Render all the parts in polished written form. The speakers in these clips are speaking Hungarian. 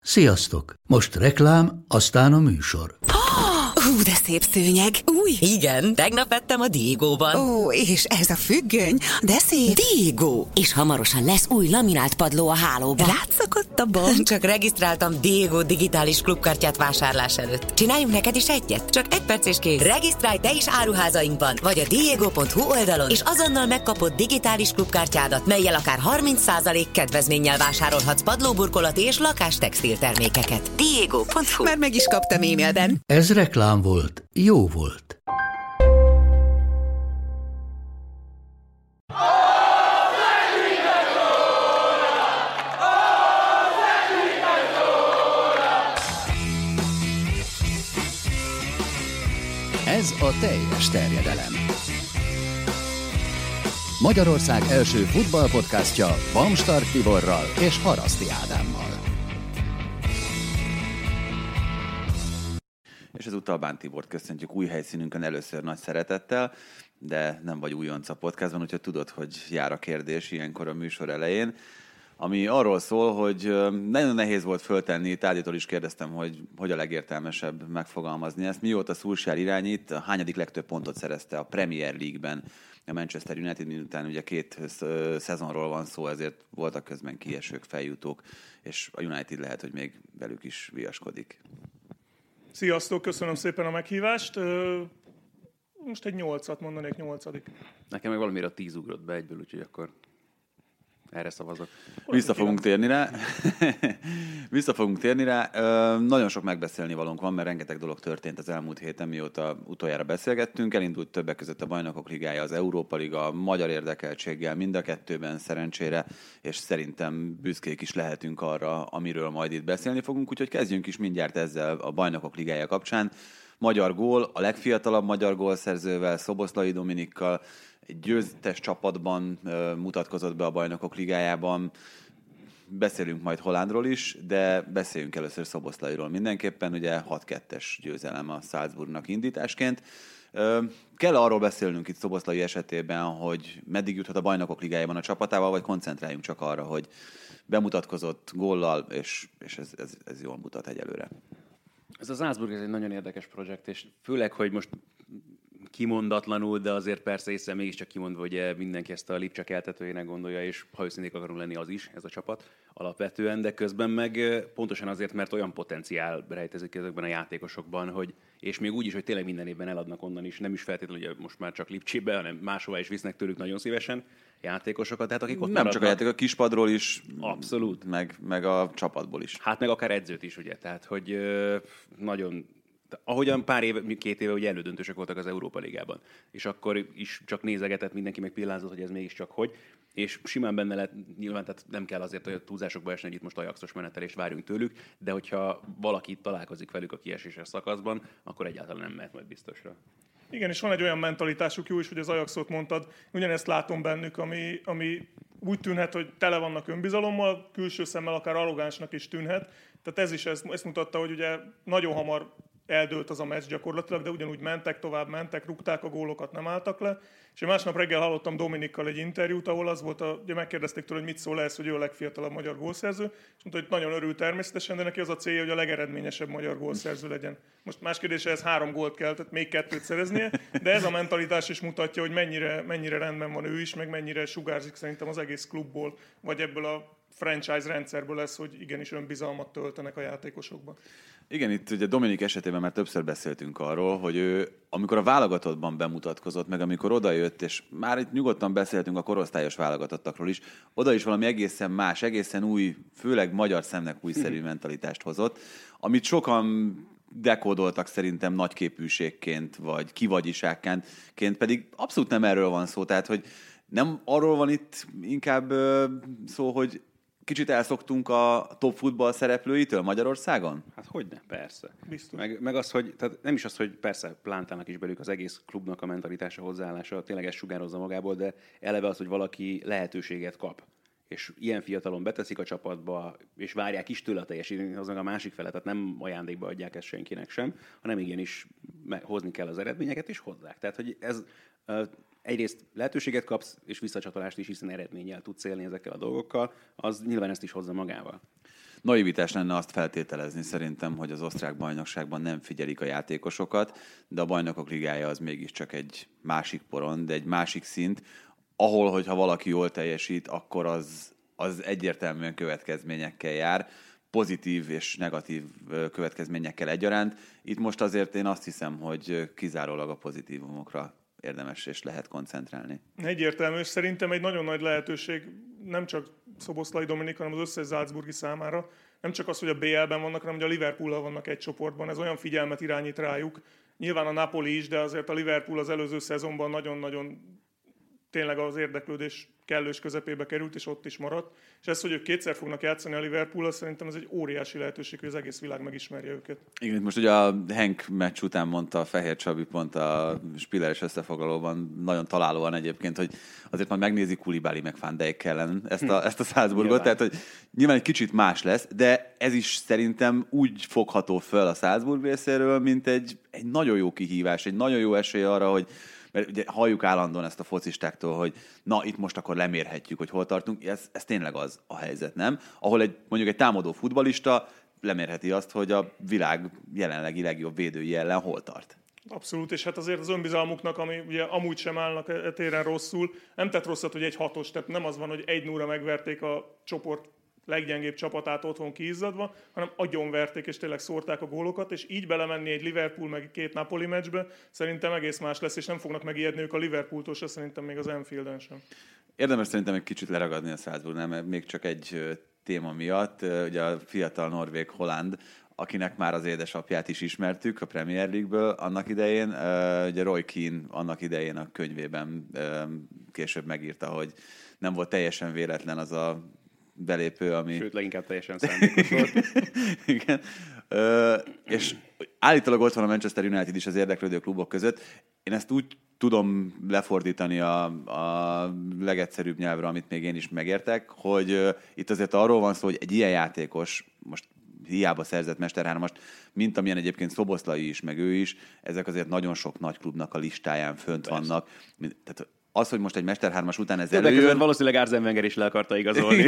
Sziasztok! Most reklám, aztán a műsor. Hú, de szép szőnyeg. Új? Igen, tegnap vettem a Diegóban. Ó, és ez a függöny, de szép. Diegó! És hamarosan lesz új laminált padló a hálóban. Rátszakadt a bank. Csak regisztráltam Diegó digitális klubkártyát vásárlás előtt. Csináljunk neked is egyet? Csak 1 perc és kész. Regisztrálj te is áruházainkban, vagy a diego.hu oldalon, és azonnal megkapod digitális klubkártyádat, mellyel akár 30% kedvezménnyel vásárolhatsz padlóburkolati és lakástextil termékeket. Diego.hu. Már meg is kaptam e-mailben. Ez reklám volt, jó volt. Ez a teljes terjedelem. Magyarország első futballpodcastja Bamstart Tiborral és Haraszti Ádámmal. És ezúttal Bán Tibort köszöntjük új helyszínünkön először nagy szeretettel, de nem vagy újonc a podcastban, úgyhogy tudod, hogy jár a kérdés ilyenkor a műsor elején, ami arról szól, hogy nagyon nehéz volt föltenni, Táditól is kérdeztem, hogy a legértelmesebb megfogalmazni ezt. Mióta Solskjaer irányít, a hányadik legtöbb pontot szerezte a Premier League-ben a Manchester United, miután ugye 2 szezonról van szó, ezért voltak közben kiesők, feljutók, és a United lehet, hogy még velük is viaskodik. Sziasztok, köszönöm szépen a meghívást. Most egy 8-at mondanék, 8. Nekem meg valamiért a 10 ugrott be egyből, úgyhogy akkor erre szavazok. Vissza fogunk térni rá. Nagyon sok megbeszélni valónk van, mert rengeteg dolog történt az elmúlt héten, mióta utoljára beszélgettünk. Elindult többek között a Bajnokok Ligája, az Európa Liga, magyar érdekeltséggel mind a kettőben szerencsére, és szerintem büszkék is lehetünk arra, amiről majd itt beszélni fogunk. Úgyhogy kezdjünk is mindjárt ezzel a Bajnokok Ligája kapcsán. Magyar gól, a legfiatalabb magyar gólszerzővel, Szoboszlai Dominikkal, egy győztes csapatban mutatkozott be a Bajnokok Ligájában. Beszélünk majd Hollandról is, de beszéljünk először Szoboszlairól mindenképpen. Ugye 6-2-es győzelem a Salzburgnak indításként. Kell arról beszélnünk itt Szoboszlai esetében, hogy meddig juthat a Bajnokok Ligájában a csapatával, vagy koncentráljunk csak arra, hogy bemutatkozott góllal, és ez jól mutat egyelőre. Ez a Salzburg egy nagyon érdekes projekt, és főleg, hogy most kimondatlanul, de azért persze észre mégiscsak kimondva, hogy mindenki ezt a Lipcse keltetőjének gondolja, és ha őszinték akarunk lenni, az is, ez a csapat alapvetően, de közben meg pontosan azért, mert olyan potenciál rejtezik ezekben a játékosokban, hogy, és még úgy is, hogy tényleg minden évben eladnak onnan is, nem is feltétlenül, hogy most már csak Lipcsébe, hanem máshová is visznek tőlük nagyon szívesen játékosokat, tehát akik ott nem maradnak. Csak a játék, a kispadról is, abszolút, meg a csapatból is. Hát meg akár edzőt is, ugye, tehát hogy nagyon. Ahogyan 2 éve ugye elődöntősek voltak az Európa Ligában, és akkor is csak nézegetett mindenki, meg pillanzott, hogy ez mégiscsak hogy, és simán benne lett, nyilván tehát nem kell azért, hogy a túlzásokba esni, hogy itt most Ajaxos menetelést várjunk tőlük, de hogyha valaki találkozik velük a kieséses szakaszban, akkor egyáltalán nem mehet majd biztosra. Igen, és van egy olyan mentalitásuk, jó is, hogy az Ajaxot mondtad, ugyanezt látom bennük, ami úgy tűnhet, hogy tele vannak önbizalommal, külső szemmel akár arrogánsnak is tűnhet. Tehát ez is ezt mutatta, hogy ugye nagyon hamar eldőlt az a meccs gyakorlatilag, de ugyanúgy mentek, rúgták a gólokat, nem álltak le. És másnap reggel hallottam Dominikkal egy interjút, ahol az volt, ugye megkérdezték tőle, hogy mit szól ez, hogy ő a legfiatalabb magyar gólszerző, és mondta, hogy nagyon örül természetesen, de neki az a célja, hogy a legeredményesebb magyar gólszerző legyen. Most más kérdés, ez 3 gólt kell, tehát még 2 szereznie, de ez a mentalitás is mutatja, hogy mennyire rendben van ő is, meg mennyire sugárzik szerintem az egész klubból, vagy ebből a franchise rendszerből lesz, hogy igenis önbizalmat töltenek a játékosokban. Igen, itt ugye Dominik esetében már többször beszéltünk arról, hogy ő, amikor a válogatottban bemutatkozott, meg amikor odajött, és már itt nyugodtan beszéltünk a korosztályos válogatottakról is, oda is valami egészen más, egészen új, főleg magyar szemnek újszerű mentalitást hozott, amit sokan dekódoltak szerintem nagyképűségként, vagy kivagyiságként, pedig abszolút nem erről van szó, tehát hogy nem arról van itt inkább szó, hogy kicsit elszoktunk a top futball szereplőitől Magyarországon? Hát hogyne, persze. Biztos. Meg az, hogy tehát nem is az, hogy persze Plántának is belük az egész klubnak a mentalitása, hozzáállása, tényleg ezt sugározza magából, de eleve az, hogy valaki lehetőséget kap, és ilyen fiatalon beteszik a csapatba, és várják is tőle a teljesítményt, az meg a másik fele, tehát nem ajándékba adják ezt senkinek sem, hanem igenis hozni kell az eredményeket, és hozzák. Tehát, hogy ez egyrészt lehetőséget kapsz, és visszacsatolást is, hiszen eredménnyel tudsz élni ezekkel a dolgokkal, az nyilván ezt is hozza magával. naivitás lenne azt feltételezni szerintem, hogy az osztrák bajnokságban nem figyelik a játékosokat, de a Bajnokok Ligája az mégiscsak egy másik porond, egy másik szint, ahol, hogyha valaki jól teljesít, akkor az egyértelműen következményekkel jár, pozitív és negatív következményekkel egyaránt. Itt most azért én azt hiszem, hogy kizárólag a pozitívumokra érdemes és lehet koncentrálni. Egyértelmű, és szerintem egy nagyon nagy lehetőség nem csak Szoboszlai Dominik, hanem az összes salzburgi számára, nem csak az, hogy a BL-ben vannak, hanem hogy a Liverpoollal vannak egy csoportban. Ez olyan figyelmet irányít rájuk. Nyilván a Napoli is, de azért a Liverpool az előző szezonban nagyon-nagyon tényleg az érdeklődés kellős közepébe került, és ott is maradt. És ez, hogy ők kétszer fognak játszani a Liverpool-al, szerintem ez egy óriási lehetőség, hogy az egész világ megismerje őket. Igen, most ugye a Henk meccs után mondta a Fehér Csabi pont a Spilleres összefoglalóban, nagyon találóan egyébként, hogy azért majd megnézi Koulibaly meg Van Dijk ellen ezt a Salzburgot, tehát hogy nyilván egy kicsit más lesz, de ez is szerintem úgy fogható föl a Salzburg részéről, mint egy nagyon jó kihívás, egy nagyon jó esély arra, hogy mert ugye halljuk állandóan ezt a focistáktól, hogy na, itt most akkor lemérhetjük, hogy hol tartunk. Ez tényleg az a helyzet, nem? Ahol mondjuk egy támadó futballista lemérheti azt, hogy a világ jelenlegi legjobb védői ellen hol tart. Abszolút, és hát azért az önbizalmuknak, ami ugye amúgy sem állnak téren rosszul, nem tett rosszat, hogy egy 6-os, tehát nem az van, hogy 1-0-ra megverték a csoport leggyengébb csapatát otthon kiizzadva, hanem agyonverték és tényleg szórták a gólokat, és így belemenni egy Liverpool meg két Napoli meccsbe, szerintem egész más lesz, és nem fognak megijedni ők a Liverpooltól se, szerintem még az Anfielden sem. Érdemes szerintem egy kicsit leragadni a Salzburgnál, mert még csak egy téma miatt, ugye a fiatal norvég Holland, akinek már az édesapját is ismertük a Premier League-ből annak idején. Ugye Roy Keane annak idején a könyvében később megírta, hogy nem volt teljesen véletlen az a belépő, ami... Sőt, leginkább teljesen szándékos volt. Igen. És állítólag ott van a Manchester United is az érdeklődő klubok között. Én ezt úgy tudom lefordítani a legegyszerűbb nyelvre, amit még én is megértek, hogy itt azért arról van szó, hogy egy ilyen játékos, most hiába szerzett Mester 3-ast, mint amilyen egyébként Szoboszlai is, meg ő is, ezek azért nagyon sok nagy klubnak a listáján fönt vannak. Tehát az, hogy most egy Mester 3-as után ez előjön... Valószínűleg Arsene Wenger is le akarta igazolni.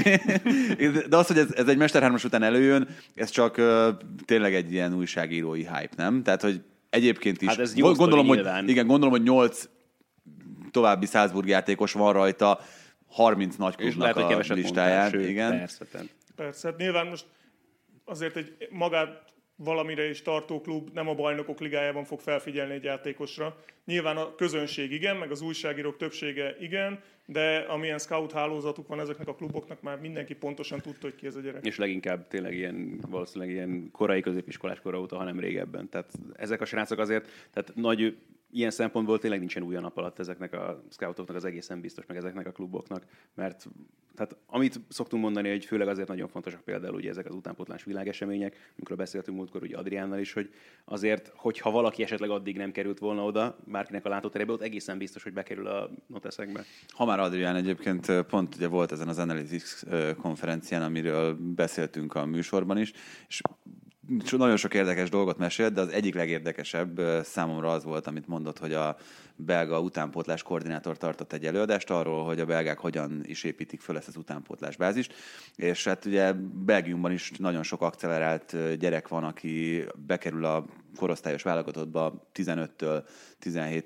De az, hogy ez egy Mester 3-as után előjön, ez csak tényleg egy ilyen újságírói hype, nem? Tehát, hogy egyébként is... Hát ez gondolom, hogy 8 további Salzburg játékos van rajta, 30 nagy klubnak a listáján. Sőt, igen. Persze, hát nyilván most azért egy magát valamire is tartó klub nem a Bajnokok Ligájában fog felfigyelni egy játékosra. Nyilván a közönség igen, meg az újságírók többsége igen, de amilyen scout hálózatuk van ezeknek a kluboknak, már mindenki pontosan tudta, hogy ki ez a gyerek. És leginkább tényleg valószínűleg ilyen korai középiskolás kora óta, hanem régebben. Tehát ezek a srácok azért, tehát nagy ilyen szempontból tényleg nincsen új a nap alatt ezeknek a scoutoknak, az egészen biztos, meg ezeknek a kluboknak, mert tehát amit szoktunk mondani, hogy főleg azért nagyon fontosak például ugye ezek az utánpótlás világesemények, amikor beszéltünk múltkor ugye Adriánnal is, hogy azért, hogyha valaki esetleg addig nem került volna oda, bárkinek a látóterébe, ott egészen biztos, hogy bekerül a noteszekbe. Ha már Adrián egyébként pont ugye volt ezen az Analytics konferencián, amiről beszéltünk a műsorban is, és nagyon sok érdekes dolgot mesélt, de az egyik legérdekesebb számomra az volt, amit mondott, hogy a belga utánpótlás koordinátor tartott egy előadást arról, hogy a belgák hogyan is építik föl ezt az utánpótlás bázist, és hát ugye Belgiumban is nagyon sok akcelerált gyerek van, aki bekerül a korosztályos válogatottba 15-től 17,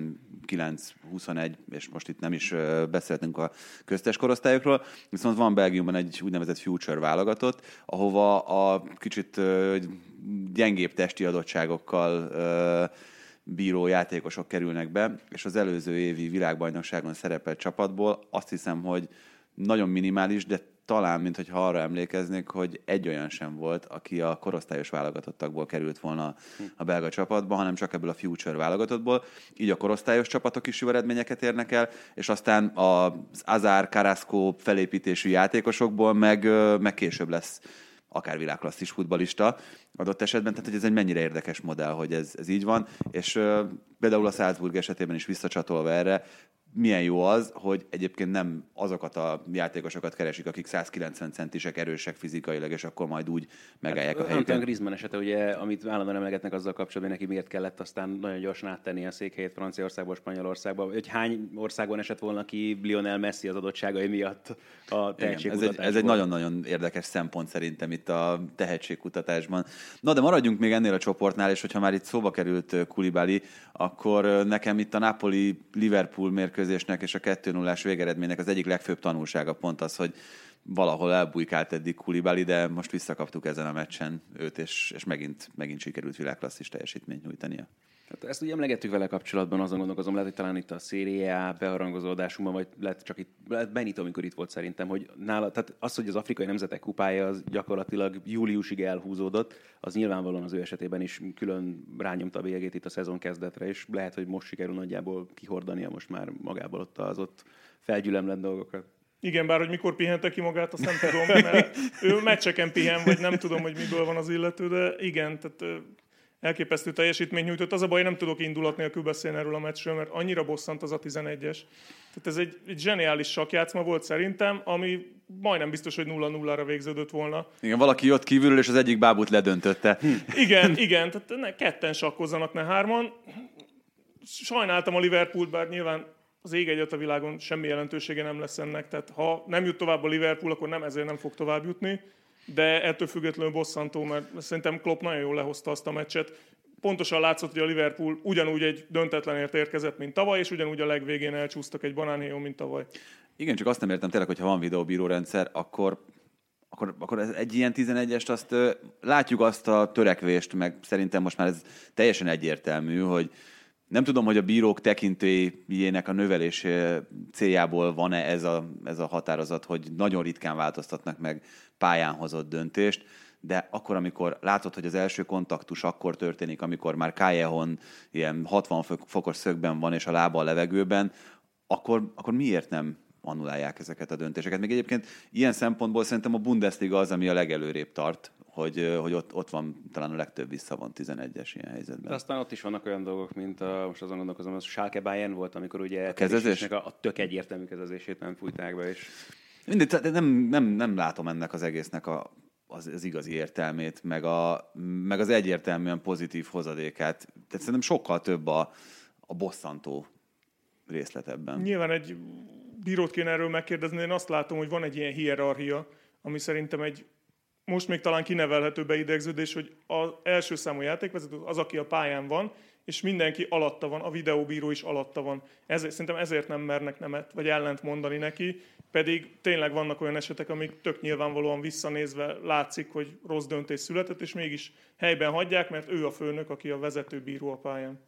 19, 21, és most itt nem is beszéltünk a köztes korosztályokról, viszont van Belgiumban egy úgynevezett future válogatott, ahova a kicsit gyengébb testi adottságokkal bíró játékosok kerülnek be, és az előző évi világbajnokságon szerepelt csapatból azt hiszem, hogy nagyon minimális, de talán, mintha arra emlékeznék, hogy egy olyan sem volt, aki a korosztályos válogatottakból került volna a belga csapatba, hanem csak ebből a future válogatottból. Így a korosztályos csapatok is jó eredményeket érnek el, és aztán az Azar, Carrasco felépítésű játékosokból meg később lesz akár világklasszis futballista adott esetben, tehát hogy ez egy mennyire érdekes modell, hogy ez így van, és például a Salzburg esetében is visszacsatolva erre, milyen jó az, hogy egyébként nem azokat a játékosokat keresik, akik 190 centisek, erősek fizikailag, és akkor majd úgy megállják a helyüket. Griezmann esete, ugye, amit állandóan emlegetnek azzal kapcsolatban, neki miért kellett aztán nagyon gyorsan áttenni a székhelyét Franciaországból, Spanyolországba, hogy hány országban esett volna ki Lionel Messi az adottságai miatt a tehetségkutatásból. Ez egy nagyon-nagyon érdekes szempont szerintem itt a tehetségkutatásban. Na, de maradjunk még ennél a csoportnál, és hogyha már itt szóba került Koulibaly, akkor nekem itt a Napoli-Liverpool mérkőzésnek és a 2-0-ás végeredménynek az egyik legfőbb tanulsága pont az, hogy valahol elbujkált eddig Koulibaly, de most visszakaptuk ezen a meccsen őt, és megint sikerült világklasszis teljesítményt nyújtania. Hát ezt ugye emlegettük vele kapcsolatban, azon gondolkozom, lehet, hogy talán itt a Serie A beharangozódásunkban, vagy lehet Benito, amikor itt volt szerintem, hogy nála, tehát az, hogy az Afrikai Nemzetek Kupája az gyakorlatilag júliusig elhúzódott, az nyilvánvalóan az ő esetében is külön rányomta a bélyegét itt a szezon kezdetre, és lehet, hogy most sikerül nagyjából kihordania most már magából ott felgyülemlett dolgokat. Igen, bár hogy mikor pihente ki magát, azt nem tudom, mert ő meccseken pihen, vagy nem tudom, hogy miből van az illető, de igen, tehát elképesztő teljesítményt nyújtott. Az a baj, nem tudok indulat nélkül beszélni erről a meccsről, mert annyira bosszant az a 11-es. Tehát ez egy zseniális sakkjátszma volt szerintem, ami majdnem biztos, hogy 0-0-ra végződött volna. Igen, valaki jött kívülről, és az egyik bábút ledöntötte. Igen, tehát ketten sakkozzanak, ne hárman. Sajnáltam a Liverpoolt, bár nyilván az ég egyet a világon semmi jelentősége nem lesz ennek. Tehát ha nem jut tovább a Liverpool, akkor ezért nem fog tovább jutni. De ettől függetlenül bosszantó, mert szerintem Klopp nagyon jól lehozta azt a meccset. Pontosan látszott, hogy a Liverpool ugyanúgy egy döntetlenért érkezett, mint tavaly, és ugyanúgy a legvégén elcsúsztak egy banánhéjon, mint tavaly. Igen, csak azt nem értem tényleg, hogyha van videóbíró rendszer, akkor egy ilyen 11-est, azt látjuk azt a törekvést, meg szerintem most már ez teljesen egyértelmű, hogy nem tudom, hogy a bírók tekintélyének a növelése céljából van-e ez a határozat, hogy nagyon ritkán változtatnak meg pályán hozott döntést, de akkor, amikor látod, hogy az első kontaktus akkor történik, amikor már Callejon ilyen 60 fokos szögben van, és a lába a levegőben, akkor miért nem annulálják ezeket a döntéseket? Még egyébként ilyen szempontból szerintem a Bundesliga az, ami a legelőrébb tart, hogy ott van talán a legtöbb visszavont 11-es ilyen helyzetben. De aztán ott is vannak olyan dolgok, mint most azon gondolkozom, az Schalke Bayern volt, amikor ugye a tök egyértelmű kezezését nem fújták be, és... Mindegy, nem látom ennek az egésznek az igazi értelmét, meg az egyértelműen pozitív hozadékát. Tehát szerintem sokkal több a bosszantó részlet ebben. Nyilván egy bírót kéne erről megkérdezni, én azt látom, hogy van egy ilyen hierarchia, ami szerintem egy most még talán kinevelhető beidegződés, hogy az első számú játékvezető az, aki a pályán van, és mindenki alatta van, a videóbíró is alatta van. Szerintem ezért nem mernek nemet, vagy ellent mondani neki, pedig tényleg vannak olyan esetek, amik tök nyilvánvalóan visszanézve látszik, hogy rossz döntés született, és mégis helyben hagyják, mert ő a főnök, aki a vezető bíró a pályán.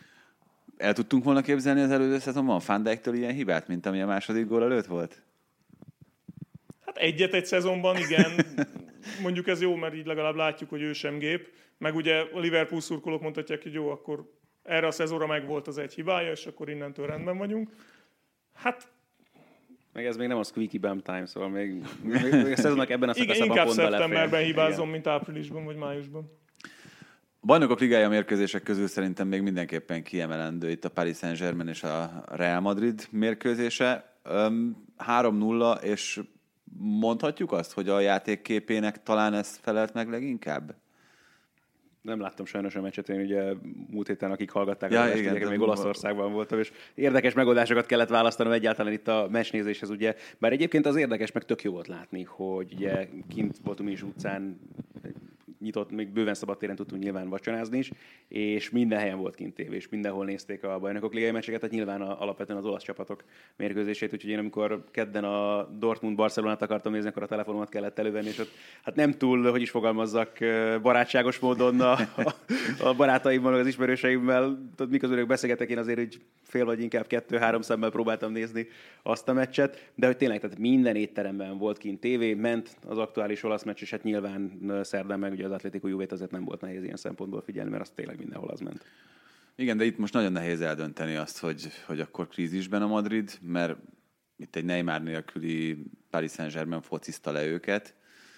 El tudtunk volna képzelni az előző szezonban Van Dijktől ilyen hibát, mint ami a második gól előtt volt? Hát egy szezonban, igen. Mondjuk ez jó, mert így legalább látjuk, hogy ő sem gép. Meg ugye a Liverpool szurkolók mondhatják, hogy jó, akkor erre a szezonra meg volt az egy hibája, és akkor innentől rendben vagyunk. Hát... Meg ez még nem a squeaky bum time, szóval még a szezonnak ebben a szakaszában inkább pont belefér. szeptemberben hibázom, mint áprilisban vagy májusban. A Bajnokok Ligája mérkőzések közül szerintem még mindenképpen kiemelendő itt a Paris Saint-Germain és a Real Madrid mérkőzése. 3-0, és mondhatjuk azt, hogy a játékképének talán ez felelt meg leginkább? Nem láttam sajnos a meccset, én ugye múlt héten, akik hallgatták, még Olaszországban voltam, és érdekes megoldásokat kellett választanom egyáltalán itt a meccsnézéshez, ugye. Bár egyébként az érdekes, meg tök jó volt látni, hogy ugye kint voltunk is utcán, nyitott, még bőven szabadtéren tudtunk nyilván vacsorázni is, és minden helyen volt kint tévé, és mindenhol nézték a Bajnokok Ligai meccseket, tehát nyilván alapvetően az olasz csapatok mérkőzését, úgyhogy én amikor kedden a Dortmund-Barcelonát akartam nézni, akkor a telefonomat kellett elővenni, és ott hát nem túl, hogy is fogalmazzak, barátságos módon a barátaimmal, az ismerőseimmel, miközben ők beszélgetek, én azért úgy fél vagy inkább 2-3 szemmel próbáltam nézni azt a meccset, de hogy tényleg tehát minden étteremben volt kint tévé, ment az aktuális olasz meccs, és hát nyilván szerdán meg ugye az Atletico Juvét azért nem volt nehéz ilyen szempontból figyelni, mert az tényleg mindenhol az ment. Igen, de itt most nagyon nehéz eldönteni azt, hogy akkor krízisben a Madrid, mert itt egy Neymar nélküli Paris Saint-Germain focizta le őket,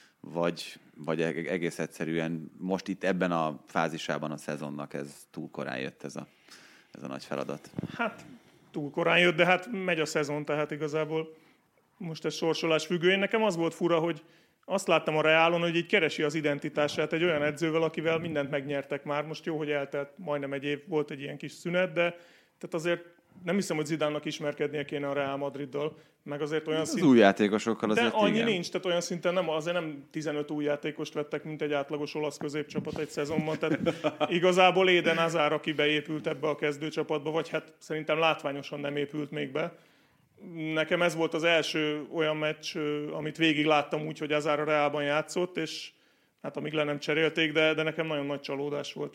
vagy egész egyszerűen most itt ebben a fázisában a szezonnak ez túl korán jött ez a nagy feladat. Hát túl korán jött, de hát megy a szezon, tehát igazából most ez sorsolás függő. Én nekem az volt fura, hogy azt láttam a Reálon, hogy így keresi az identitását egy olyan edzővel, akivel mindent megnyertek már. Most jó, hogy eltelt majdnem egy év, volt egy ilyen kis szünet, de tehát azért nem hiszem, hogy Zidane-nak ismerkednie kéne a Real Madriddal, meg azért olyan szinten... Az új játékosokkal azért de annyi igen. nincs, tehát olyan szinten azért nem 15 új játékost vettek, mint egy átlagos olasz középcsapat egy szezonban. Tehát igazából Eden Hazard, aki beépült ebbe a kezdőcsapatba, vagy hát szerintem látványosan nem épült még be. Nekem ez volt az első olyan meccs, amit végig láttam úgy, hogy Hazard a Realban játszott, és hát amíg le nem cserélték, de nekem nagyon nagy csalódás volt.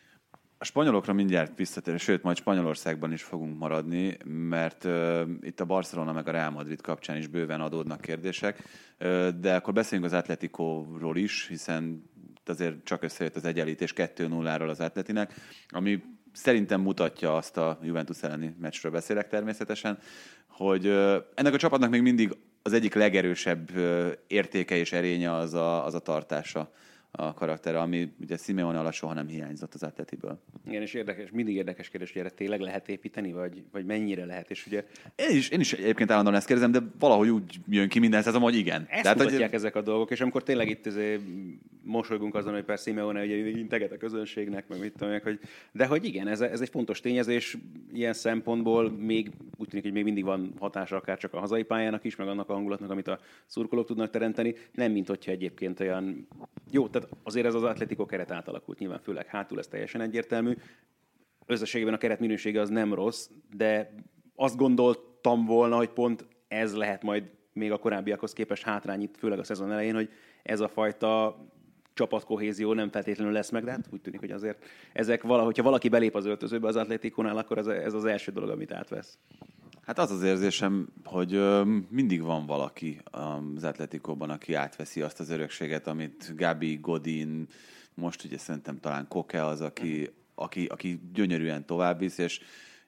A spanyolokra mindjárt visszatérünk, sőt, majd Spanyolországban is fogunk maradni, mert itt a Barcelona meg a Real Madrid kapcsán is bőven adódnak kérdések, de akkor beszéljünk az Atleticóról is, hiszen azért csak összejött az egyenlítés 2-0-ról az Atletinek, ami szerintem mutatja azt a Juventus elleni meccsről beszélek természetesen, hogy ennek a csapatnak még mindig az egyik legerősebb értéke és erénye az a tartása, a karaktere, ami ugye Simeone alatt soha nem hiányzott az Atletiből. Igen, és mindig érdekes kérdés, hogy erre tényleg lehet építeni, vagy mennyire lehet, és ugye... Én is egyébként állandóan ezt kérdezem, de valahogy úgy jön ki minden szezon, hogy igen. Ezt mutatják ezek a dolgok, és amikor tényleg itt mosolygunk azon, hogy persze Simeone ugye integet a közönségnek, meg mit tudom, hogy... De hogy igen, ez egy fontos tényező, és ilyen szempontból még úgy tűnik, hogy még mindig van hatása akár csak a hazai pályának is, meg annak a hangulatnak, amit a szurkolók tudnak teremteni, nem mint hogyha egyébként olyan... Jó, tehát azért ez az Atletico keret átalakult, nyilván főleg hátul, ez teljesen egyértelmű. Összességében a keret minősége az nem rossz, de azt gondoltam volna, hogy pont ez lehet majd még a korábbiakhoz képest hátrány itt, főleg a szezon elején, hogy ez a fajta csapatkohézió nem feltétlenül lesz meg, de hát úgy tűnik, hogy azért ezek hogyha valaki belép az öltözőbe az Atleticónál, akkor ez az első dolog, amit átvesz. Hát az érzésem, hogy mindig van valaki az Atleticóban, aki átveszi azt az örökséget, amit Gabi, Godin, most ugye szerintem talán Koke az, aki gyönyörűen továbbvisz, és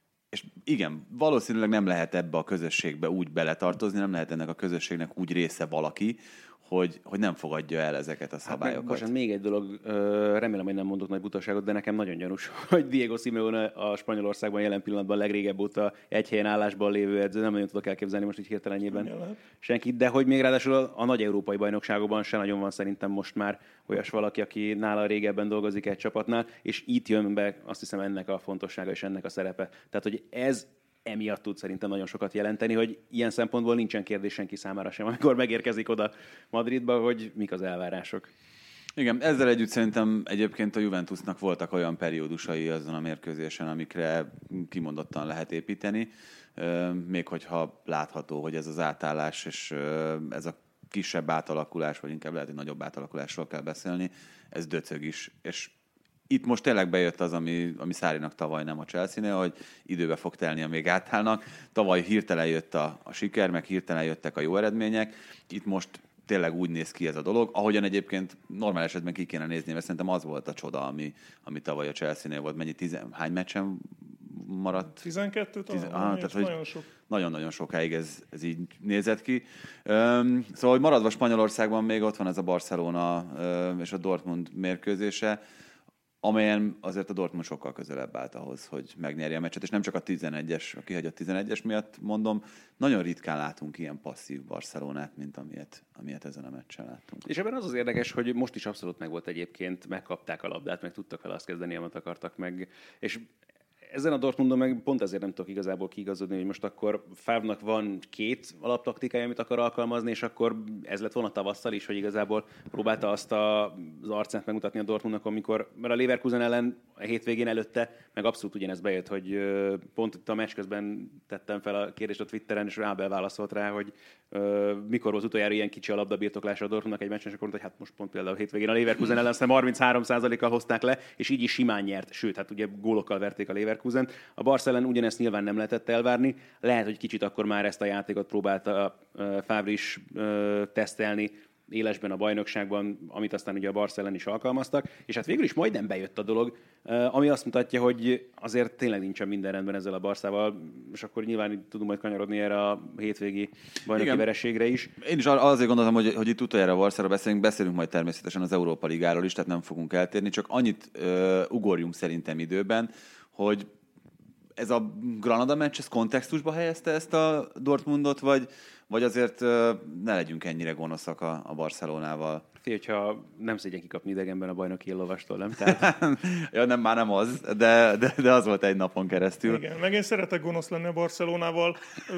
igen, valószínűleg nem lehet ebbe a közösségbe úgy beletartozni, nem lehet ennek a közösségnek úgy része valaki, hogy nem fogadja el ezeket a szabályokat. Bocsánat, még egy dolog, remélem, hogy nem mondok nagy butaságot, de nekem nagyon gyanús, hogy Diego Simeone a Spanyolországban jelen pillanatban legrégebb óta egy helyen állásban lévő edző, nem nagyon tudok elképzelni most így hirtelenjében senkit, de hogy még ráadásul a nagy európai bajnokságokban se nagyon van szerintem most már olyas valaki, aki nála régebben dolgozik egy csapatnál, és itt jön be azt hiszem ennek a fontossága és ennek a szerepe. Tehát, hogy ez emiatt tud szerintem nagyon sokat jelenteni, hogy ilyen szempontból nincsen kérdés senki számára sem, amikor megérkezik oda Madridba, hogy mik az elvárások. Igen, ezzel együtt szerintem egyébként a Juventusnak voltak olyan periódusai azon a mérkőzésen, amikre kimondottan lehet építeni, még hogyha látható, hogy ez az átállás és ez a kisebb átalakulás, vagy inkább lehet, hogy nagyobb átalakulásról kell beszélni, ez döcög is, és itt most tényleg bejött az, ami Sarrinak tavaly nem a Chelsea-nél, hogy időbe fog telni, amíg átállnak. Tavaly hirtelen jött a siker, meg hirtelen jöttek a jó eredmények. Itt most tényleg úgy néz ki ez a dolog, ahogyan egyébként normál esetben ki kéne nézni, mert szerintem az volt a csoda, ami tavaly a Chelsea-nél volt. Hány meccsen maradt? 12 talán, tehát, nagyon sok. Nagyon sokáig ez így nézett ki. Szóval, hogy maradva Spanyolországban még ott van ez a Barcelona és a Dortmund mérkőzése, amelyen azért a Dortmund sokkal közelebb állt ahhoz, hogy megnyerje a meccset, és nem csak a 11-es, a kihagyott 11-es miatt mondom, nagyon ritkán látunk ilyen passzív Barcelonát, mint amilyet ezen a meccsen láttunk. És ebben az érdekes, hogy most is abszolút megvolt egyébként, megkapták a labdát, meg tudtak vele azt kezdeni, amit akartak meg, és ezen a Dortmundon meg pont ezért nem tudok igazából kiigazodni, hogy most akkor Favre-nak van 2 alaptaktikája, amit akar alkalmazni, és akkor ez lett volna tavasszal is, hogy igazából próbálta azt az arcát megmutatni a Dortmundnak, mert a Leverkusen ellen a hétvégén előtte meg abszolút ugyanez bejött, hogy pont itt a meccs közben tettem fel a kérdést a Twitteren, és Ábel válaszolt rá, hogy mikor volt utoljára ilyen kicsi a labdabirtoklása a Dortmundnak egy meccsen, és akkor mondta, hogy hát most pont például a hétvégén a Leverkusen ellen aztán 33%-kal hozták le, és így is simán nyert, sőt, hát ugye gólokkal verték a Leverkusen. A Barca ellen ugyanezt nyilván nem lehetett elvárni, lehet, hogy kicsit akkor már ezt a játékot próbálta Favre is tesztelni élesben a bajnokságban, amit aztán ugye a Barca ellen is alkalmaztak, és hát végül is majdnem bejött a dolog, ami azt mutatja, hogy azért tényleg nincsen minden rendben ezzel a Barszával, és akkor nyilván tudunk majd kanyarodni erre a hétvégi bajnoki vereségre is. Én is azért gondoltam, hogy itt utoljára a Barszáról beszélünk majd természetesen az Európa Ligáról is, tehát nem fogunk eltérni, csak annyit ugorjunk szerintem időben, hogy ez a Granada meccs, ez kontextusba helyezte ezt a Dortmundot, vagy azért ne legyünk ennyire gonoszak a Barcelonával? Hogyha nem szégyen kikapni idegenben a bajnoki lovastól, nem? Tehát... ja, nem, már nem az, de az volt egy napon keresztül. Igen, meg én szeretek gonosz lenni a Barcelonával.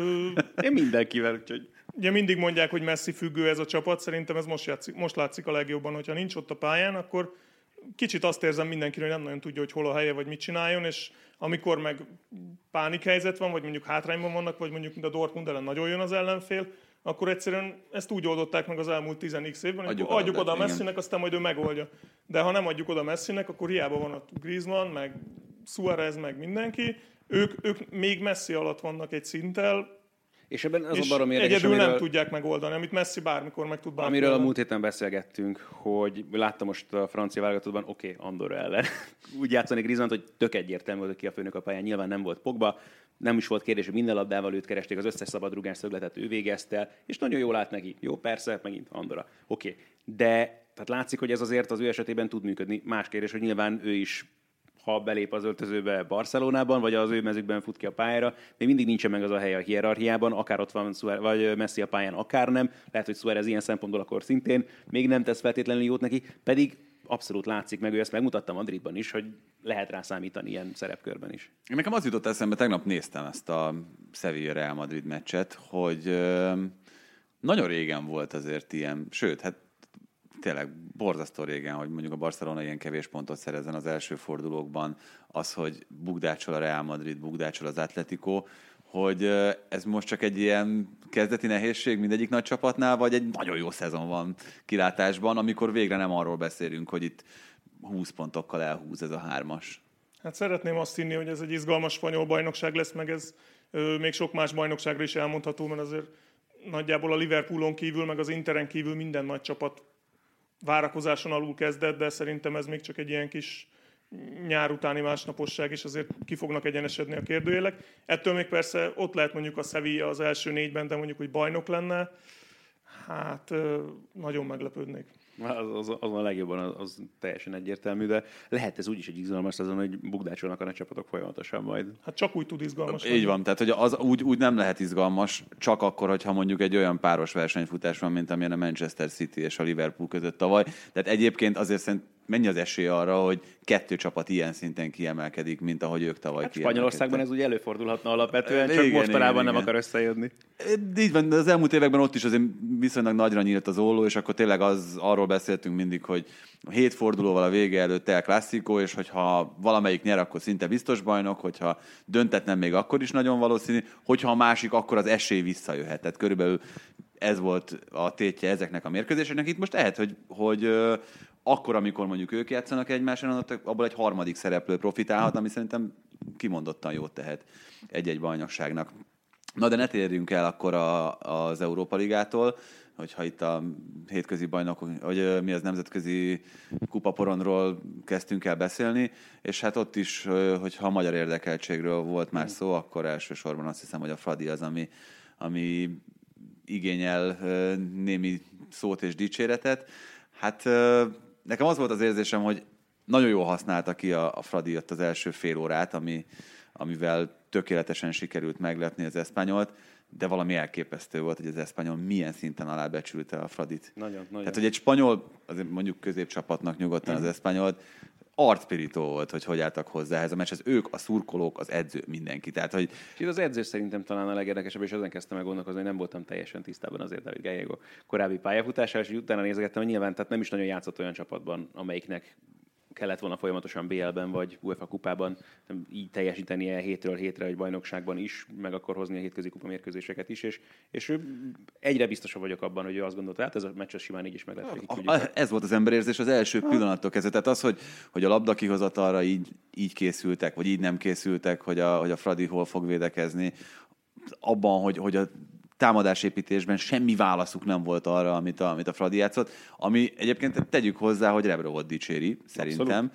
Én mindenkivel, úgyhogy... Ugye mindig mondják, hogy Messi függő ez a csapat, szerintem ez most látszik a legjobban, hogyha nincs ott a pályán, akkor kicsit azt érzem mindenkiről, hogy nem nagyon tudja, hogy hol a helye, vagy mit csináljon, és amikor meg pánikhelyzet van, vagy mondjuk hátrányban vannak, vagy mondjuk mint a Dortmund ellen nagyon jön az ellenfél, akkor egyszerűen ezt úgy oldották meg az elmúlt 10x évben, hogy adjuk oda a Messinek, aztán majd ő megoldja. De ha nem adjuk oda Messinek, akkor hiába van ott Griezmann, meg Suárez, meg mindenki, ők még Messi alatt vannak egy szinttel, és ebben az és a baromi érdekes, egyedül nem tudják megoldani, amit Messi bármikor meg tud bármikor. Amiről a múlt héten beszélgettünk, hogy láttam most a francia válogatottban, Andorra ellen. Úgy játszani Griezmann, hogy tök egyértelmű volt, ki a főnök a pályán. Nyilván nem volt Pogba, nem is volt kérdés, hogy minden labdával őt keresték, az összes szabadrugás szögletet ő végezte, és nagyon jól állt neki. Jó, persze, megint Andorra. De tehát látszik, hogy ez azért az ő esetében tud működni. Más kérdés, hogy nyilván ő is, ha belép az öltözőbe Barcelonában, vagy az ő mezükben fut ki a pályára, még mindig nincsen meg az a hely a hierarchiában, akár ott van vagy Messi a pályán, akár nem. Lehet, hogy Suárez ilyen szempontból akkor szintén még nem tesz feltétlenül jót neki, pedig abszolút látszik meg, ő ezt megmutatta Madridban is, hogy lehet rá számítani ilyen szerepkörben is. Nekem az jutott eszembe, tegnap néztem ezt a Sevilla-Real Madrid meccset, hogy nagyon régen volt azért ilyen, sőt, hát tényleg borzasztó régen, hogy mondjuk a Barcelona ilyen kevés pontot szerezzen az első fordulókban, az, hogy bukdácsol a Real Madrid, bukdácsol az Atletico, hogy ez most csak egy ilyen kezdeti nehézség mindegyik nagy csapatnál, vagy egy nagyon jó szezon van kilátásban, amikor végre nem arról beszélünk, hogy itt 20 pontokkal elhúz ez a 3-as. Hát szeretném azt hinni, hogy ez egy izgalmas spanyol bajnokság lesz, meg ez még sok más bajnokságra is elmondható, mert azért nagyjából a Liverpoolon kívül, meg az Interen kívül minden nagy csapat várakozáson alul kezdett, de szerintem ez még csak egy ilyen kis nyár utáni másnaposság, és azért ki fognak egyenesedni a kérdőjelek. Ettől még persze ott lehet mondjuk a Sevilla az első 4-ben, de mondjuk, hogy bajnok lenne, hát nagyon meglepődnék. Az a legjobban, az teljesen egyértelmű, de lehet ez úgyis egy izgalmas szezon, hogy bukdácsolnak a csapatok folyamatosan majd. Hát csak úgy tud izgalmas. Így van, tehát hogy az úgy nem lehet izgalmas, csak akkor, hogyha mondjuk egy olyan páros versenyfutás van, mint amilyen a Manchester City és a Liverpool között tavaly. Tehát egyébként azért szerint mennyi az esély arra, hogy 2 csapat ilyen szinten kiemelkedik, mint ahogy ők tavaly kiemelkedtek. Spanyolországban ez ugye előfordulhatna alapvetően, csak mostanában nem akar összejönni. Így van, de az elmúlt években ott is azért viszonylag nagyra nyílt az olló, és akkor tényleg arról beszéltünk mindig, hogy 7 fordulóval a vége előtt El Clásico, és hogyha valamelyik nyer, akkor szinte biztos bajnok, hogyha döntetlen még akkor is nagyon valószínű, hogyha a másik, akkor az esély visszajöhet. Tehát körülbelül ez volt a tétje ezeknek a mérkőzéseknek. Itt most lehet, hogy akkor, amikor mondjuk ők játszanak egymáson, abból egy harmadik szereplő profitálhat, ami szerintem kimondottan jót tehet egy-egy bajnokságnak. Na de ne térjünk el akkor az Európa Ligától, hogyha itt a hétközi bajnokok, vagy mi az nemzetközi kupaporonról kezdtünk el beszélni, és hát ott is, hogyha a magyar érdekeltségről volt már szó, akkor elsősorban azt hiszem, hogy a Fradi az, ami igényel némi szót és dicséretet. Hát nekem az volt az érzésem, hogy nagyon jól használta ki a Fradi ott az első fél órát, amivel tökéletesen sikerült meglepni az Espanyolt, de valami elképesztő volt, hogy az Espanyol milyen szinten alábecsülte a Fradit. Nagyon. Tehát, hogy egy spanyol, azért mondjuk középcsapatnak nyugodtan az Espanyolt, arcpirító volt, hogy álltak hozzá ehhez a meccshez. Ők, a szurkolók, az edző, mindenki. Tehát, hogy... És az edző szerintem talán a legérdekesebb, és ezen kezdtem meg gondolkozni, hogy nem voltam teljesen tisztában azért David Gallego korábbi pályafutásával, és utána nézegettem, hogy nyilván tehát nem is nagyon játszott olyan csapatban, amelyiknek kellett volna folyamatosan BL-ben vagy UEFA kupában így teljesítenie hétről hétre, egy bajnokságban is, meg akkor hozni a hétközi kupa mérkőzéseket is, és egyre biztosabb vagyok abban, hogy ő azt gondolta, hát ez a meccs simán így is meg lehet. Ez volt az emberérzés az első pillanattól kezdve. Tehát az, hogy a labda kihozatalra így készültek, vagy így nem készültek, hogy a Fradi hol fog védekezni, abban, hogy a támadásépítésben semmi válaszuk nem volt arra, amit a Fradi játszott, ami egyébként tegyük hozzá, hogy Rebrovot dicséri, szerintem,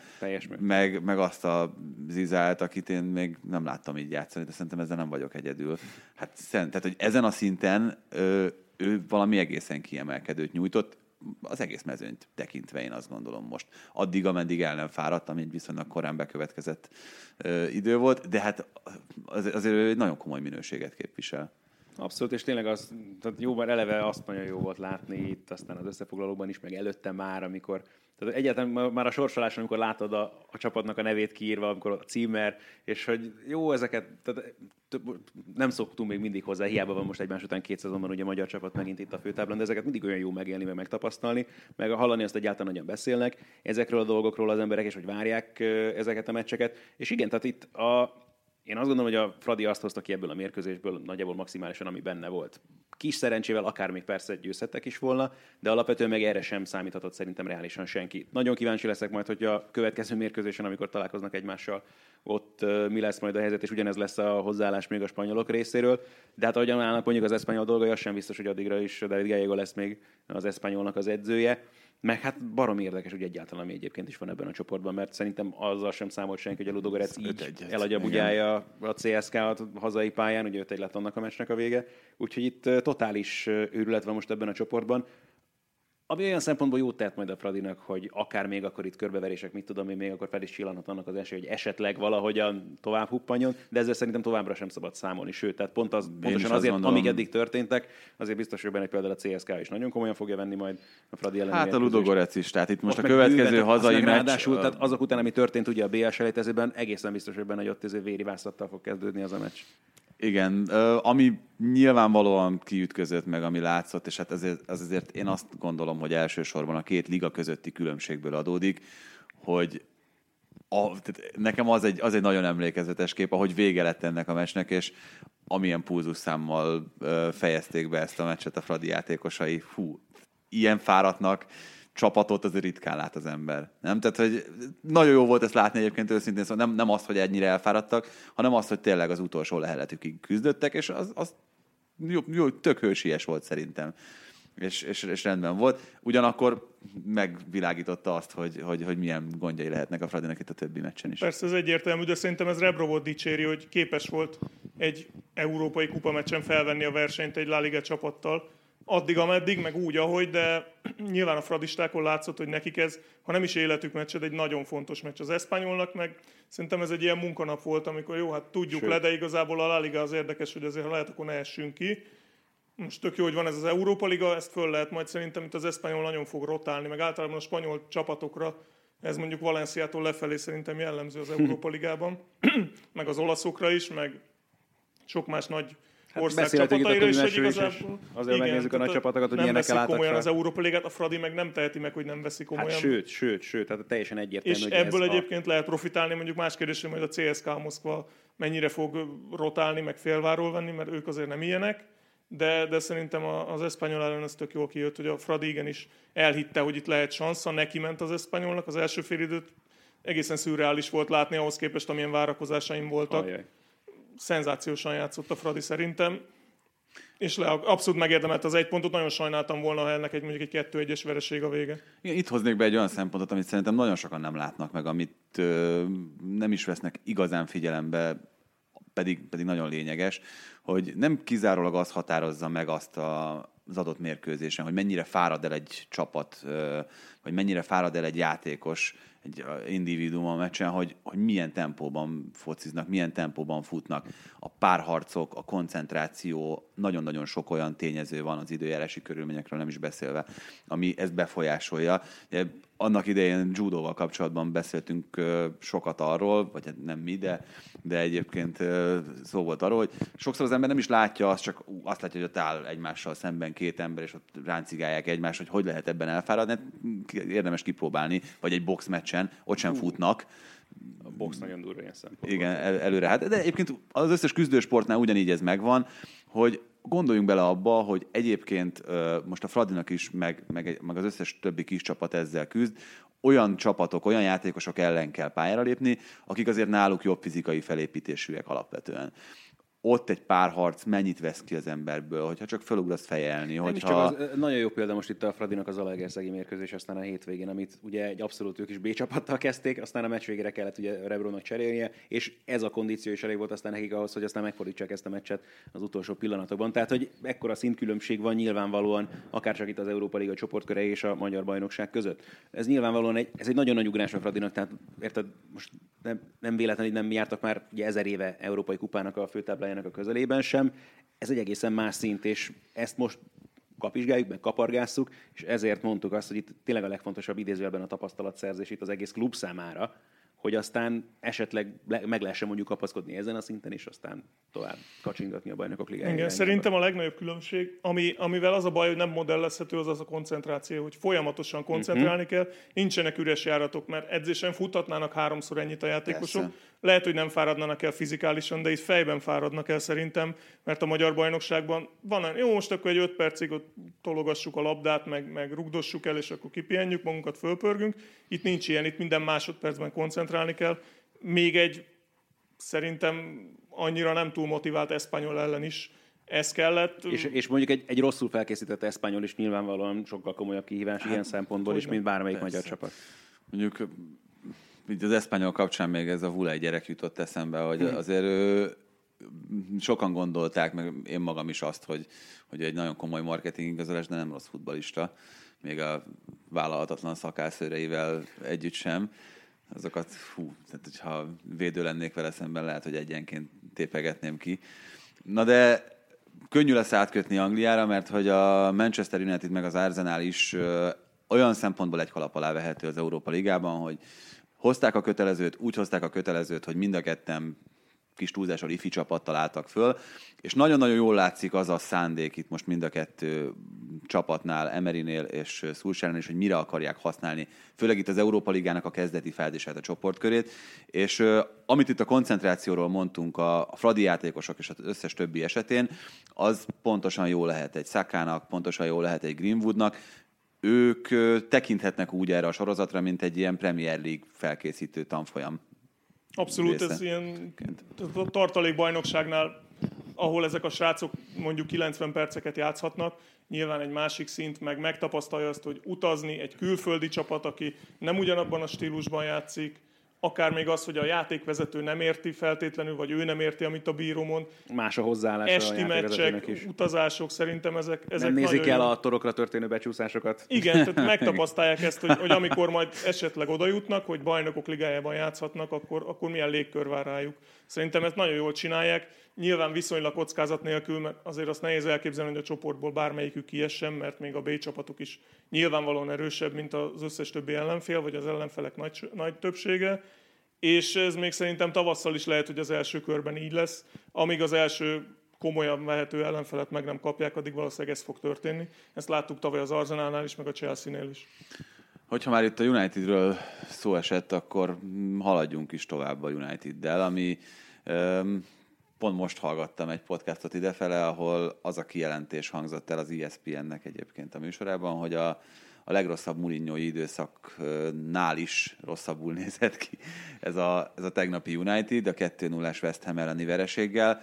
meg azt a Zizát, akit én még nem láttam így játszani, de szerintem ezzel nem vagyok egyedül. Tehát, hogy ezen a szinten ő valami egészen kiemelkedőt nyújtott, az egész mezőnyt tekintve én azt gondolom most. Addig, ameddig el nem fáradt, ami egy viszonylag korán bekövetkezett idő volt, de hát azért egy nagyon komoly minőséget képvisel. Abszolút, és tényleg tehát jó, már eleve azt nagyon jó volt látni itt, aztán az összefoglalóban is, meg előtte már, amikor, tehát egyáltalán már a sorsoláson, amikor látod a csapatnak a nevét kiírva, amikor a címer, és hogy jó ezeket, tehát nem szoktunk még mindig hozzá, hiába van most egymás után 2 szezonban ugye a magyar csapat megint itt a főtáblán, de ezeket mindig olyan jó megélni, meg megtapasztalni, meg hallani azt egyáltalán nagyon beszélnek ezekről a dolgokról az emberek, és hogy várják ezeket a meccseket. És igen, tehát itt én azt gondolom, hogy a Fradi azt hozta ki ebből a mérkőzésből nagyjából maximálisan, ami benne volt. Kis szerencsével akár még persze győzhettek is volna, de alapvetően meg erre sem számíthatott szerintem reálisan senki. Nagyon kíváncsi leszek majd, hogy a következő mérkőzésen, amikor találkoznak egymással, ott mi lesz majd a helyzet, és ugyanez lesz a hozzáállás még a spanyolok részéről. De hát ahogyan állnak mondjuk az eszpanyol dolgai, az sem biztos, hogy addigra is David Gallego lesz még az eszpanyolnak az edzője. Meg hát baromi érdekes, hogy egyáltalán ami egyébként is van ebben a csoportban, mert szerintem azzal sem számolt senki, hogy a Ludogorec így elagyabudjálja a CSK-t hazai pályán, ugye 5-1 lett annak a meccsnek a vége. Úgyhogy itt totális őrület van most ebben a csoportban. Ami olyan szempontból jót tehet majd a Fradinak, hogy akár még akkor itt körbeverések, mit tudom én, még akkor fel is csillanhat annak az esély, hogy esetleg valahogyan tovább huppanjon, de ezzel szerintem továbbra sem szabad számolni. Sőt, tehát pontosan azért, amíg eddig történtek, azért biztos, hogy benne például a CSK is nagyon komolyan fogja venni majd a Fradi ellen. Hát a Ludogorec is, tehát itt most a következő hazai meccs. Ráadásul, tehát azok után, ami történt ugye a BL selejtezőben, egészen biztos, hogy benne, hogy ott véri vászlattal fog kezdődni az a meccs. Igen, ami nyilvánvalóan kiütközött meg, ami látszott, és hát azért én azt gondolom, hogy elsősorban a 2 liga közötti különbségből adódik, hogy nekem az egy nagyon emlékezetes kép, ahogy vége lett ennek a meccsnek, és amilyen pulzusszámmal fejezték be ezt a meccset a Fradi játékosai. Ilyen fáradtnak csapatot azért ritkán lát az ember. Nem? Tehát, hogy nagyon jó volt ezt látni egyébként őszintén, szóval nem azt, hogy ennyire elfáradtak, hanem azt, hogy tényleg az utolsó leheletükig küzdöttek, és az jó, tök hősies volt szerintem. És rendben volt. Ugyanakkor megvilágította azt, hogy milyen gondjai lehetnek a Fradinak itt a többi meccsen is. Persze ez egyértelmű, de szerintem ez Rebrovot dicséri, hogy képes volt egy európai kupameccsen felvenni a versenyt egy La Liga csapattal, addig, ameddig, meg úgy, ahogy, de nyilván a fradistákon látszott, hogy nekik ez, ha nem is életük meccse, egy nagyon fontos meccs az eszpanyolnak, meg szerintem ez egy ilyen munkanap volt, amikor jó, hát tudjuk le, de igazából a La Liga az érdekes, hogy azért ha lehet, akkor ne essünk ki. Most tök jó, hogy van ez az Európa Liga, ezt föl lehet majd szerintem, itt az eszpanyol nagyon fog rotálni, meg általában a spanyol csapatokra, ez mondjuk Valenciától lefelé szerintem jellemző az Európa Ligában, meg az olaszokra is, meg sok más nagy ország csapataira is, hogy igazából azért megnézzük a nagy csapatokat, hogy ilyenek veszik komolyan az Európa Ligát, a Fradi meg nem teheti meg, hogy nem veszi komolyan. Hát sőt, tehát teljesen egyértelmű, és hogy ebből egyébként lehet profitálni, mondjuk más kérdés, hogy majd a CSKA Moszkva mennyire fog rotálni, meg félváról venni, mert ők azért nem ilyenek, de szerintem az eszpanyol ellen ez tök jól kijött, hogy a Fradi igenis elhitte, hogy itt lehet sansza, neki ment az eszpanyolnak, az első félidőt egészen szürreális volt látni ahhoz képest, amilyen várakozásaim voltak. Ajaj. Szenzációsan játszott a Fradi szerintem, és abszolút megérdemelt az 1 pontot, nagyon sajnáltam volna, ha ennek mondjuk egy 2-1-es vereség a vége. Igen, itt hoznék be egy olyan szempontot, amit szerintem nagyon sokan nem látnak meg, amit nem is vesznek igazán figyelembe, pedig nagyon lényeges, hogy nem kizárólag az határozza meg azt az adott mérkőzésen, hogy mennyire fárad el egy csapat, vagy mennyire fárad el egy játékos, egy individuum a meccsen, hogy milyen tempóban fociznak, milyen tempóban futnak. A párharcok, a koncentráció, nagyon-nagyon sok olyan tényező van az időjárási körülményekről nem is beszélve, ami ezt befolyásolja. Annak idején judóval kapcsolatban beszéltünk sokat arról, vagy nem mi, de egyébként szó volt arról, hogy sokszor az ember nem is látja azt, csak azt látja, hogy ott áll egymással szemben 2 ember, és ott ráncigálják egymást, hogy lehet ebben elfáradni. Érdemes kipróbálni, vagy egy boxmeccsen, ott sem futnak. A box nagyon durva ilyen szempontból. Igen, előre. Hát, de egyébként az összes küzdősportnál ugyanígy ez megvan, hogy gondoljunk bele abba, hogy egyébként most a Fradinak is, meg az összes többi kis csapat ezzel küzd, olyan csapatok, olyan játékosok ellen kell pályára lépni, akik azért náluk jobb fizikai felépítésűek alapvetően. ott egy pár harc mennyit vesz ki az emberből, hogyha csak felugrasz fejelni. Nagyon jó példa most itt a Fradinak az Zalaegerszegi mérkőzés, aztán a hétvégén, amit ugye egy abszolút ők is B csapattal kezdték, aztán a meccs végére kellett ugye Rebrónak cserélnie, és ez a kondíció is elég volt aztán nekik ahhoz, hogy aztán megfordítsák ezt a meccset az utolsó pillanatokban. Tehát, hogy ekkora szintkülönbség van nyilvánvalóan, akár csak itt az Európa Liga csoportköre és a magyar bajnokság között. Ez nyilvánvalóan egy nagyon nagy ugrás a Fradinak, tehát érted, most nem véletlenül nem jártak már ugye 1000 éve Európai Kupának a főtáblájának a közelében sem. Ez egy egészen más szint, és ezt most kapizsgáljuk, meg kapargásszuk, és ezért mondtuk azt, hogy itt tényleg a legfontosabb idézőjelben a tapasztalatszerzés itt az egész klub számára, hogy aztán esetleg meg lehessen mondjuk kapaszkodni ezen a szinten, és aztán tovább kacsingatni a Bajnokok Ligája. Igen, szerintem a legnagyobb különbség, amivel az a baj, hogy nem modellezhető, az a koncentráció, hogy folyamatosan koncentrálni kell, nincsenek üres járatok, mert edzésen futhatnának 3-szor ennyit a játékosok. Persze. Lehet, hogy nem fáradnának el fizikálisan, de itt fejben fáradnak el szerintem, mert a magyar bajnokságban van, jó, most akkor egy 5 percig ott tologassuk a labdát, meg rugdossuk el, és akkor kipihenjük, magunkat fölpörgünk. Itt nincs ilyen, itt minden másodpercben koncentrálni kell. Még egy szerintem annyira nem túl motivált Espanyol ellen is ez kellett. És mondjuk egy rosszul felkészített Espanyol is nyilvánvalóan sokkal komolyabb kihívás ilyen szempontból is, mint bármelyik magyar csapat. Mondjuk így az Espanyol kapcsán még ez a Vulai gyerek jutott eszembe, hogy azért sokan gondolták, meg én magam is azt, hogy egy nagyon komoly marketing igazolás, de nem rossz futballista, még a vállalhatatlan szakászőreivel együtt sem. Azokat, tehát hogyha védő lennék vele szemben, lehet, hogy egyenként tépegetném ki. Na de könnyű lesz átkötni Angliára, mert hogy a Manchester United meg az Arsenal is olyan szempontból egy kalap alá vehető az Európa Ligában, hogy hozták a kötelezőt, úgy hozták a kötelezőt, hogy mind a ketten kis túlzással ifi csapattal álltak föl, és nagyon-nagyon jól látszik az a szándék itt most mind a kettő csapatnál, Emerynél és Solskjaernél is, hogy mire akarják használni, főleg itt az Európa Ligának a kezdeti fázisát, a csoportkörét, és amit itt a koncentrációról mondtunk a Fradi játékosok és az összes többi esetén, az pontosan jó lehet egy Sakának, pontosan jó lehet egy Greenwoodnak, ők tekinthetnek úgy erre a sorozatra, mint egy ilyen Premier League felkészítő tanfolyam. Abszolút, ez ilyen tartalékbajnokságnál, ahol ezek a srácok mondjuk 90 perceket játszhatnak, nyilván egy másik szint, meg megtapasztalja azt, hogy utazni egy külföldi csapat, aki nem ugyanabban a stílusban játszik, akár még az, hogy a játékvezető nem érti feltétlenül, vagy ő nem érti, amit a bíró mond. Más a hozzáállása esti a meccsek, is. Utazások, szerintem ezek nem nézik el a torokra történő becsúszásokat. Igen, tehát megtapasztalják ezt, hogy amikor majd esetleg oda jutnak, hogy Bajnokok Ligájában játszhatnak, akkor milyen légkör vár rájuk. Szerintem ezt nagyon jól csinálják. Nyilván viszonylag kockázat nélkül, mert azért azt nehéz elképzelni, hogy a csoportból bármelyikük kiessen, mert még a B csapatok is nyilvánvalóan erősebb, mint az összes többi ellenfél, vagy az ellenfelek nagy többsége. És ez még szerintem tavasszal is lehet, hogy az első körben így lesz. Amíg az első komolyan vehető ellenfelet meg nem kapják, addig valószínűleg ez fog történni. Ezt láttuk tavaly az Arsenalnál is, meg a Chelsea-nél is. Hogyha már itt a Unitedről szó esett, akkor haladjunk is tovább a United-del, ami pont most hallgattam egy podcastot idefele, ahol az a kijelentés hangzott el az ESPN-nek egyébként a műsorában, hogy a legrosszabb Mourinho-i időszaknál is rosszabbul nézett ki ez a tegnapi United, a 2-0-es West Ham elleni vereséggel.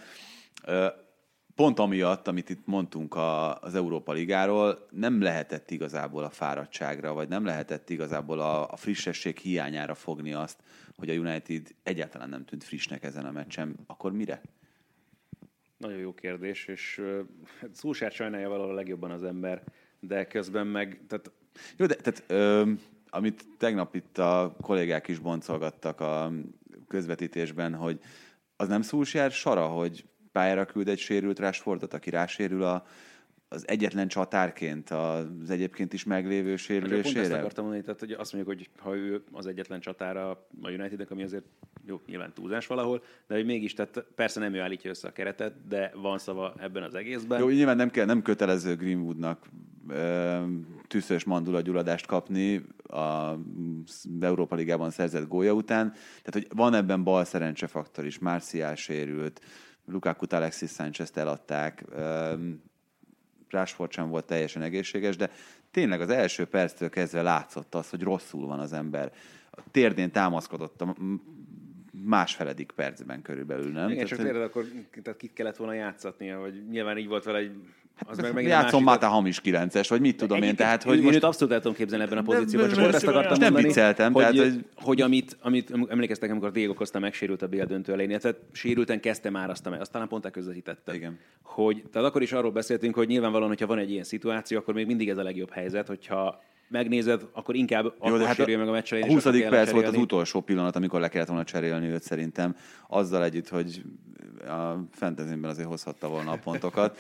Pont amiatt, amit itt mondtunk az Európa Ligáról, nem lehetett igazából a fáradtságra, vagy nem lehetett igazából a frissesség hiányára fogni azt, hogy a United egyáltalán nem tűnt frissnek ezen a meccsen. Akkor mire? Nagyon jó kérdés, és Solskjaer sajnálja valahol a legjobban az ember, de közben meg... Jó, de amit tegnap itt a kollégák is boncolgattak a közvetítésben, hogy az nem Solskjaer sara, hogy pályára küld egy sérült Rashfordot, aki rásérül az egyetlen csatárként az egyébként is meglévő sérülésére. Pont ezt akartam mondani, tehát hogy azt mondjuk, hogy ha ő az egyetlen csatára a Unitednek, ami azért jó, nyilván túlzás valahol, de hogy mégis, tehát persze nem ő állítja össze a keretet, de van szava ebben az egészben. Jó, nyilván nem kötelező Greenwoodnak tűzös mandulagyulladást kapni az Európa Ligában szerzett gólja után, tehát hogy van ebben bal szerencse faktor is, Martial sérült, Lukaku-t, Alexis Sánchez-t eladták, Rashford sem volt teljesen egészséges, de tényleg az első perctől kezdve látszott az, hogy rosszul van az ember. A térdén támaszkodott a másfeledik percben körülbelül, nem? Igen, csak érted, akkor tehát kit kellett volna játszatnia, vagy nyilván így volt vele egy... Játszom Máté hamis 9-es, vagy mit tudom én, tehát hogy most... abszolút el tudom képzelni ebben a pozícióban, csak ott ezt akartam nem mondani, vicceltem, hogy amit emlékeztek, amikor Diego Costa megsérült a BL döntő elején, tehát sérülten kezdte már azt talán pont elközvetítette. Igen. Tehát akkor is arról beszéltünk, hogy nyilvánvalóan, hogyha van egy ilyen szituáció, akkor még mindig ez a legjobb helyzet, hogyha megnézed, akkor inkább akkor sérül meg a meccs elején. A 20. perc volt az utolsó pillanat, amikor le kellett volna cserélni őt szerintem, azzal együtt, hogy a fantasyben azért hozhatta volna a pontokat,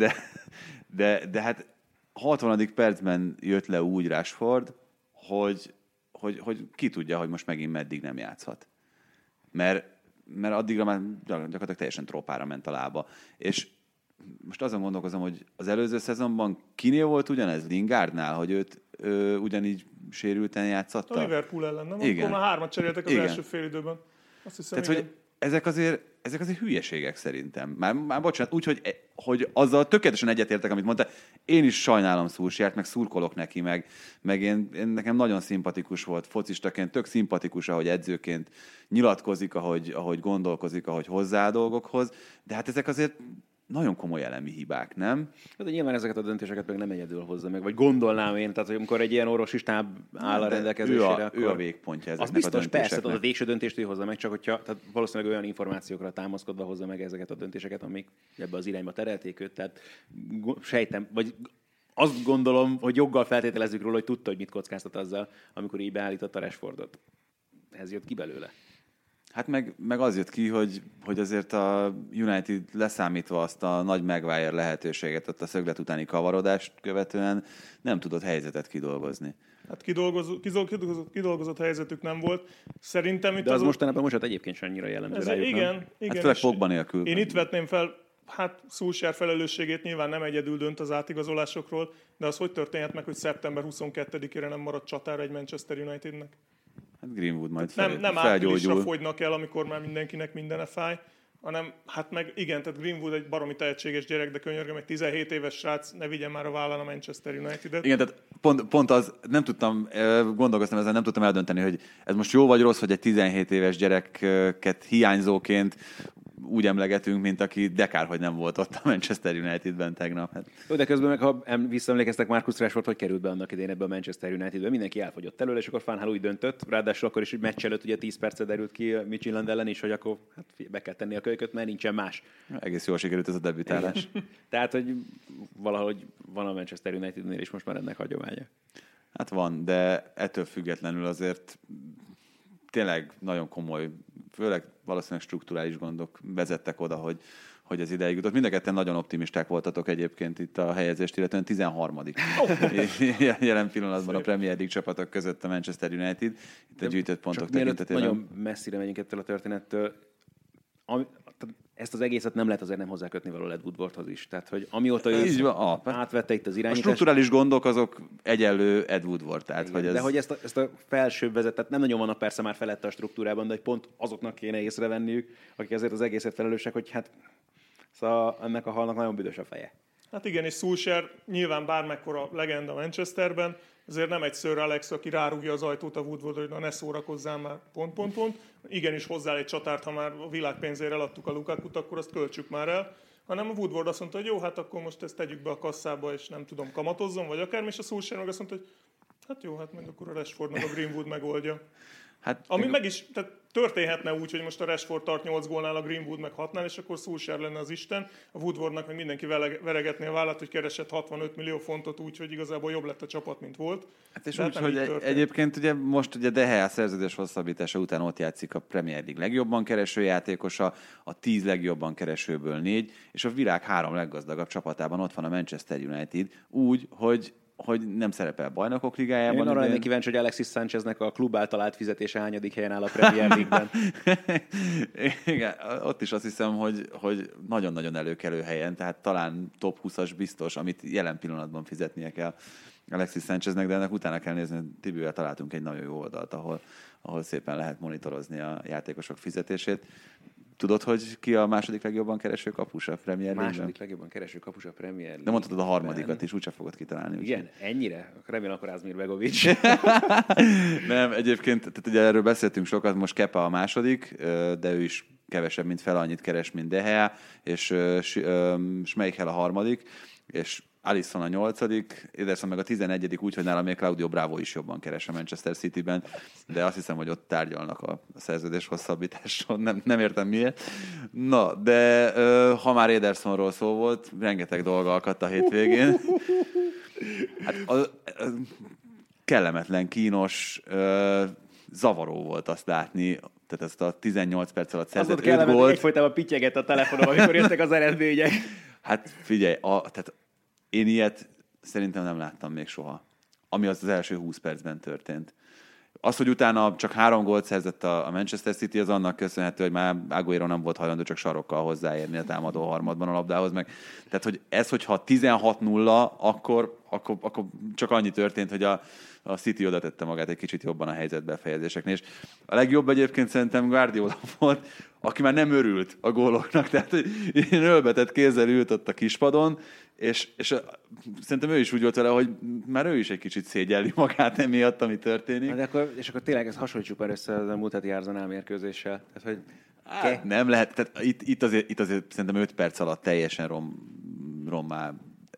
de hát 60. percben jött le úgy Rashford, hogy ki tudja, hogy most megint meddig nem játszhat. Mert addigra már gyakorlatilag teljesen trópára ment a lába. És most azon gondolkozom, hogy az előző szezonban kinél volt ugyanez? Lingardnál, hogy őt ugyanígy sérülten játszatta? A Liverpool ellen, nem? Igen. Akkor már 3-at cseréltek az első fél időben. Azt hiszem, tehát, hogy ezek azért hülyeségek szerintem. Már bocsánat, úgy, hogy azzal tökéletesen egyetértek, amit mondta. Én is sajnálom Solskjaert, meg szurkolok neki, meg én nekem nagyon szimpatikus volt focistaként, tök szimpatikus, ahogy edzőként nyilatkozik, ahogy gondolkozik, ahogy hozzá a dolgokhoz, de hát ezek azért nagyon komoly elemi hibák, nem? De nyilván ezeket a döntéseket meg nem egyedül hozza meg, vagy gondolnám én, tehát hogy amikor egy ilyen orvosi stáb áll a rendelkezésére, ő a végpontja ezeknek az biztos, a döntéseknek. persze, tehát a végső döntést ő hozza meg, csak hogyha tehát valószínűleg olyan információkra támaszkodva hozza meg ezeket a döntéseket, amik ebbe az irányba terelték őt, tehát sejtem, vagy azt gondolom, hogy joggal feltételezzük róla, hogy tudta, hogy mit kockáztat azzal, amikor így beállította Rashfordot. Ez jött ki belőle. Hát meg az jött ki, hogy azért a United leszámítva azt a nagy Maguire lehetőséget, ott a szöglet utáni kavarodást követően nem tudott helyzetet kidolgozni. Hát kidolgozott helyzetük nem volt. Szerintem itt de az mostanában most egyébként sem annyira jellemző rájuk, igen, nem? igen. Hát főleg Pogba nélkül. Én itt vetném fel, hát Solskjaer felelősségét nyilván nem egyedül dönt az átigazolásokról, de az hogy történhet meg, hogy szeptember 22-ére nem maradt csatára egy Manchester Unitednek? Hát Greenwood majd nem áprilisra fogynak el, amikor már mindenkinek mindene fáj, hanem hát meg igen, tehát Greenwood egy baromi tehetséges gyerek, de könyörgöm, egy 17 éves srác, ne vigyen már a vállán a Manchester United-et. Igen, tehát pont az, nem tudtam, gondolkoztam ezen, nem tudtam eldönteni, hogy ez most jó vagy rossz, hogy egy 17 éves gyereket hiányzóként úgy emlegetünk, mint aki dekárhogy nem volt ott a Manchester Unitedben tegnap. Hát. De közben meg, ha visszaemlékeztek, Marcus Rashford hogy került be annak idején ebbe a Manchester Unitedbe, mindenki elfogyott előle, és akkor Van Gaal úgy döntött, ráadásul akkor is egy meccs előtt ugye 10 percet derült ki Midtjylland ellen is, hogy akkor hát be kell tenni a kölyköt, mert nincsen más. Egész jól sikerült ez a debütálás. Tehát, hogy valahogy van a Manchester Unitednél is most már ennek hagyománya. Hát van, de ettől függetlenül azért tényleg nagyon komoly, főleg valószínűleg strukturális gondok vezettek oda, hogy ez ideig jutott. Mind a ketten nagyon optimisták voltatok egyébként itt a helyezést, illetően 13. Jelen pillanatban a Premier League csapatok között a Manchester United. Itt a gyűjtött pontok tekintetében. Nagyon messzire megyünk ettől a történettől. Ezt az egészet nem lehet azért nem hozzákötni való Ed Woodwardhoz is. Tehát, hogy amióta ő átvette itt az irányítást... A strukturális gondok azok egyenlő Ed Woodward. Tehát, hogy ez... De hogy ezt a felsőbb vezetet nem nagyon vannak persze már felette a struktúrában, de hogy pont azoknak kéne észrevenniük, akik azért az egészet felelősek, hogy hát szóval ennek a halnak nagyon büdös a feje. Hát igen, és Solskjaer nyilván bármekkora legenda Manchesterben, azért nem egy Sir Alex, aki rárúgja az ajtót a Woodwardra, hogy na ne szórakozzál már, pont. Igenis hozzá egy csatárt, ha már a világpénzért eladtuk a Lukakut, akkor azt költsük már el. Hanem a Woodward azt mondta, hogy jó, hát akkor most ezt tegyük be a kasszába, és nem tudom, kamatozzon, vagy akármi, és a Solskjaer meg azt mondta, hogy hát jó, hát meg akkor a Rashford meg a Greenwood megoldja. Hát, ami meg is, tehát történhetne úgy, hogy most a Rashford tart 8 gólnál, a Greenwood meg 6-nál, és akkor Solskjaer lenne az Isten. A Woodwardnak meg mindenki veregetné a vállat, hogy keresett 65 millió fontot úgy, hogy igazából jobb lett a csapat, mint volt. Hát és úgy, hogy egyébként ugye most ugye De Gea szerződés hosszabbítása után ott játszik a Premier League legjobban kereső játékosa, a 10 legjobban keresőből 4, és a világ 3 leggazdagabb csapatában ott van a Manchester United, úgy, hogy nem szerepel bajnokok ligájában. Én arra lennék kíváncsi, hogy Alexis Sáncheznek a klub által átfizetése hányadik helyen áll a Premier League-ben. Igen, ott is azt hiszem, hogy nagyon-nagyon előkelő helyen, tehát talán top 20-as biztos, amit jelen pillanatban fizetnie kell Alexis Sáncheznek, de ennek utána kell nézni, Tibivel találtunk egy nagyon jó oldalt, ahol szépen lehet monitorozni a játékosok fizetését. Tudod, hogy ki a második legjobban kereső kapus a Premier League-ben? Második legjobban kereső kapus a Premier League. De mondhatod a harmadikat is, úgyse fogod kitalálni. Igen? Ennyire? Remélem akkor Azmir Begovic. Nem, egyébként, tehát ugye erről beszéltünk sokat, most Kepa a második, de ő is kevesebb, mint fel annyit keres, mint De Gea, és Schmeichel a harmadik, és Alisson a 8., Ederson meg a 11., úgyhogy nálam még Claudio Bravo is jobban keres a Manchester Cityben, de azt hiszem, hogy ott tárgyalnak a szerződés hosszabbításon, nem értem miért. Na, de ha már Edersonról szó volt, rengeteg dolga akadt a hétvégén. Hát kellemetlen, kínos, zavaró volt azt látni, tehát ezt a 18 perc alatt szerzett 5 gólt. Egyfolytában pittyegett a telefonom, amikor jöttek az eredmények. Hát figyelj, tehát én ilyet szerintem nem láttam még soha, ami az első 20 percben történt. Az, hogy utána csak 3 gólt szerzett a Manchester City, az annak köszönhető, hogy már Agüero nem volt hajlandó csak sarokkal hozzáérni a támadó harmadban a labdához. Tehát, hogy ez, hogyha 16-0, akkor csak annyi történt, hogy a City oda tette magát egy kicsit jobban a helyzetbefejezéseknél. És a legjobb egyébként szerintem Guardiola volt, aki már nem örült a góloknak. Tehát én ölbetett kézzel ült ott a kispadon, és szerintem ő is úgy volt vele, hogy már ő is egy kicsit szégyelli magát emiatt, ami történik. De akkor tényleg ezt hasonlítsuk már össze a múlt heti Arsenal mérkőzéssel. Tehát, hogy nem lehet. Tehát itt azért szerintem 5 perc alatt teljesen rommá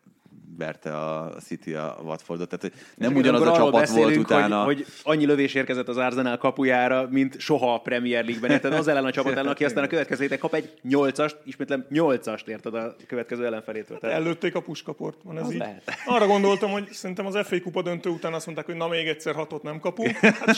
verte a City a Watfordot. Tehát, hogy nem ugyanaz a csapat volt utána. Hogy annyi lövés érkezett az Arsenal kapujára, mint soha a Premier League-ben. Tehát az ellen a csapat ellen, aki aztán a következő héten kap egy 8-ast, ismétlem 8-ast érted a következő ellenfelétől. Ellőtték a puskaportban, ez az így. Lehet. Arra gondoltam, hogy szerintem az FA kupa döntő után azt mondták, hogy na még egyszer 6-ot nem kapunk. Hát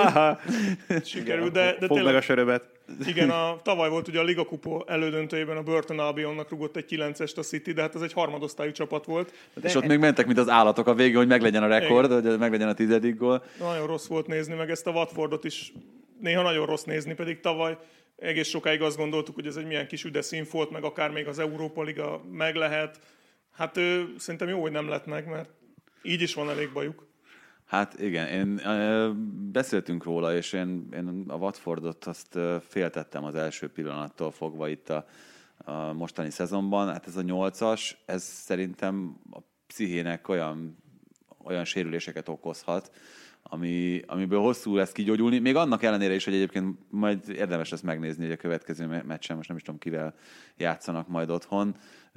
sikerült. De fogd meg a söröbet. Igen, tavaly volt ugye a Liga kupa elődöntőjében a Burton Albionnak rugott egy 9-est a City, de hát ez egy harmadosztályú csapat volt. És ott még mentek, mint az állatok a végén, hogy meglegyen a rekord, hogy meglegyen a 10. gól. Nagyon rossz volt nézni, meg ezt a Watfordot is néha nagyon rossz nézni, pedig tavaly egész sokáig azt gondoltuk, hogy ez egy milyen kis üde szín volt, meg akár még az Európa Liga meg lehet. Hát szerintem jó, hogy nem lett meg, mert így is van elég bajuk. Hát igen, beszéltünk róla, és én a Watfordot azt féltettem az első pillanattól fogva itt a mostani szezonban. Hát ez a 8-as, ez szerintem a pszichének olyan sérüléseket okozhat, amiből hosszú lesz kigyógyulni. Még annak ellenére is, hogy egyébként majd érdemes lesz megnézni, hogy a következő meccsen, most nem is tudom kivel játszanak majd otthon,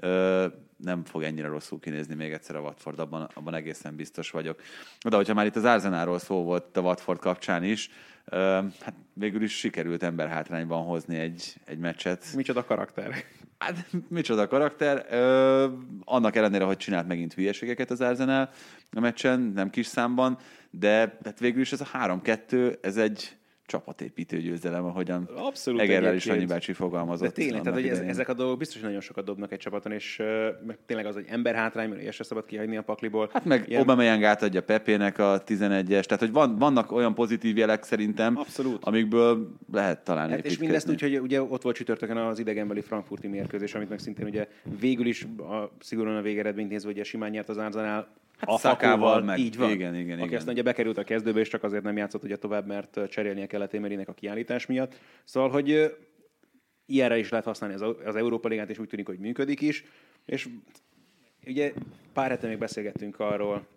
nem fog ennyire rosszul kinézni még egyszer a Watford, abban egészen biztos vagyok. De hogyha már itt az Arsenalról szó volt a Watford kapcsán is, hát végül is sikerült emberhátrányban hozni egy meccset. Micsoda karakter. Hát, micsoda karakter. Annak ellenére, hogy csinált megint hülyeségeket az Arsenal a meccsen, nem kis számban, de hát végül is ez a 3-2, ez egy csapatépítő győzelem, ahogyan Egerrel is Sanyi bácsi fogalmazott. De tényleg, tehát hogy ezek a dolgok biztos, hogy nagyon sokat dobnak egy csapaton, és meg tényleg az, hogy emberhátrány, mert ilyesre szabad kihagyni a pakliból. Hát meg Aubameyang átadja Pepének a 11-es, tehát hogy vannak olyan pozitív jelek szerintem, abszolút, amikből lehet talán építkezni. És mindezt úgy, hogy ugye ott volt csütörtökön az idegenbeli frankfurti mérkőzés, amit meg szintén ugye végül is szigorúan a végeredményt nézve, ugye simán nyert az Arsenal. Hát a Szakával meg. Így van. Igen. Aki aztán ugye bekerült a kezdőbe, és csak azért nem játszott ugye tovább, mert cserélnie kellett Emerynek a kiállítás miatt. Szóval, hogy ilyenre is lehet használni az Európa Ligát, és úgy tűnik, hogy működik is. És ugye pár hete még beszélgettünk arról,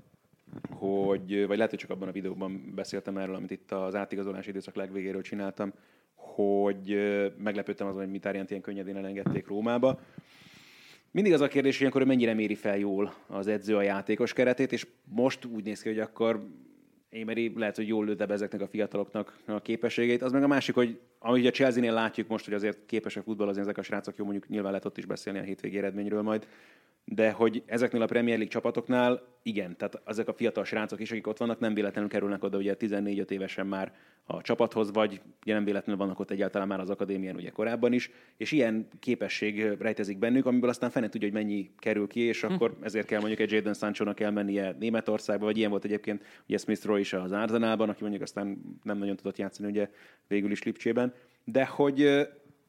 hogy, vagy lehet, hogy csak abban a videóban beszéltem erről, amit itt az átigazolási időszak legvégéről csináltam, hogy meglepődtem azon, hogy Mkhitaryan ilyen könnyedén elengedték Rómába. Mindig az a kérdés, hogy ilyenkor mennyire méri fel jól az edző a játékos keretét, és most úgy néz ki, hogy akkor Emery lehet, hogy jól lőtte be ezeknek a fiataloknak a képességeit. Az meg a másik, hogy amit a Chelsea-nél látjuk most, hogy azért képesek futballozni ezek a srácok, jó, mondjuk nyilván lehet ott is beszélni a hétvégi eredményről majd, de hogy ezeknél a Premier League csapatoknál igen, tehát ezek a fiatal srácok is, akik ott vannak, nem véletlenül kerülnek oda ugye 14-5 évesen már a csapathoz, vagy ugye nem véletlenül vannak ott egyáltalán már az akadémián ugye korábban is, és ilyen képesség rejtezik bennük, amiből aztán fene tudja, hogy mennyi kerül ki, és akkor ezért kell mondjuk egy Jadon Sancho-nak elmennie Németországba, vagy ilyen volt egyébként ugye Smith Rowe is az Arsenalban, aki mondjuk aztán nem nagyon tudott játszani ugye végül is Lipcsében, de hogy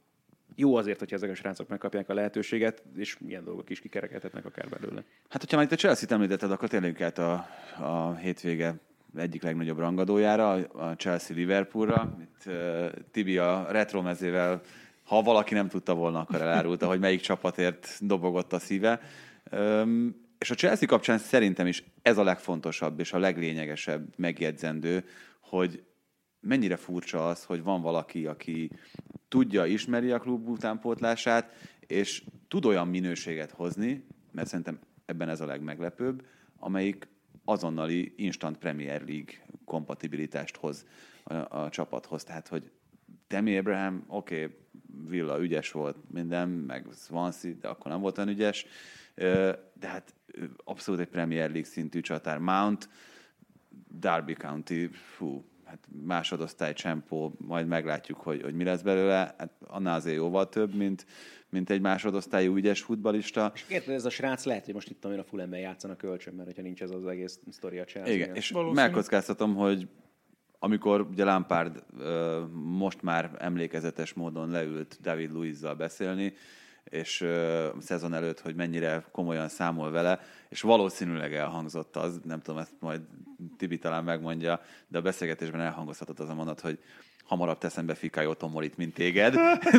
jó azért, hogyha ezek a srácok megkapják a lehetőséget, és ilyen dolgok is kikerekedhetnek akár belőle. Hát, hogyha már itt a Chelsea-t említetted, akkor tényleg át a hétvége egyik legnagyobb rangadójára, a Chelsea-Liverpoolra. Itt Tibi a retro mezével, ha valaki nem tudta volna, akkor elárulta, hogy melyik csapatért dobogott a szíve. És a Chelsea kapcsán szerintem is ez a legfontosabb és a leglényegesebb megjegyzendő, hogy mennyire furcsa az, hogy van valaki, aki tudja, ismeri a klub utánpótlását, és tud olyan minőséget hozni, mert szerintem ebben ez a legmeglepőbb, amelyik azonnali instant Premier League kompatibilitást hoz a csapathoz. Tehát, hogy Tammy Abraham, oké, Villa ügyes volt minden, meg Swansea, de akkor nem volt olyan ügyes, de hát abszolút egy Premier League szintű csatár. Mount, Derby County, hát másodosztály csempó, majd meglátjuk, hogy mi lesz belőle. Hát annál azért jóval több, mint egy másodosztályú ügyes futballista. És érted, ez a srác lehet, hogy most itt a Fulhamben játszanak kölcsön, mert hogyha nincs ez az egész sztori a Chelsea. Igen, és megkockáztatom, hogy amikor ugye Lampard most már emlékezetes módon leült David Luizzal beszélni, és szezon előtt, hogy mennyire komolyan számol vele, és valószínűleg elhangzott az, nem tudom, ezt majd Tibi talán megmondja, de a beszélgetésben elhangozhatott az a mondat, hogy hamarabb teszem be Fikayo Tomorit, mint téged.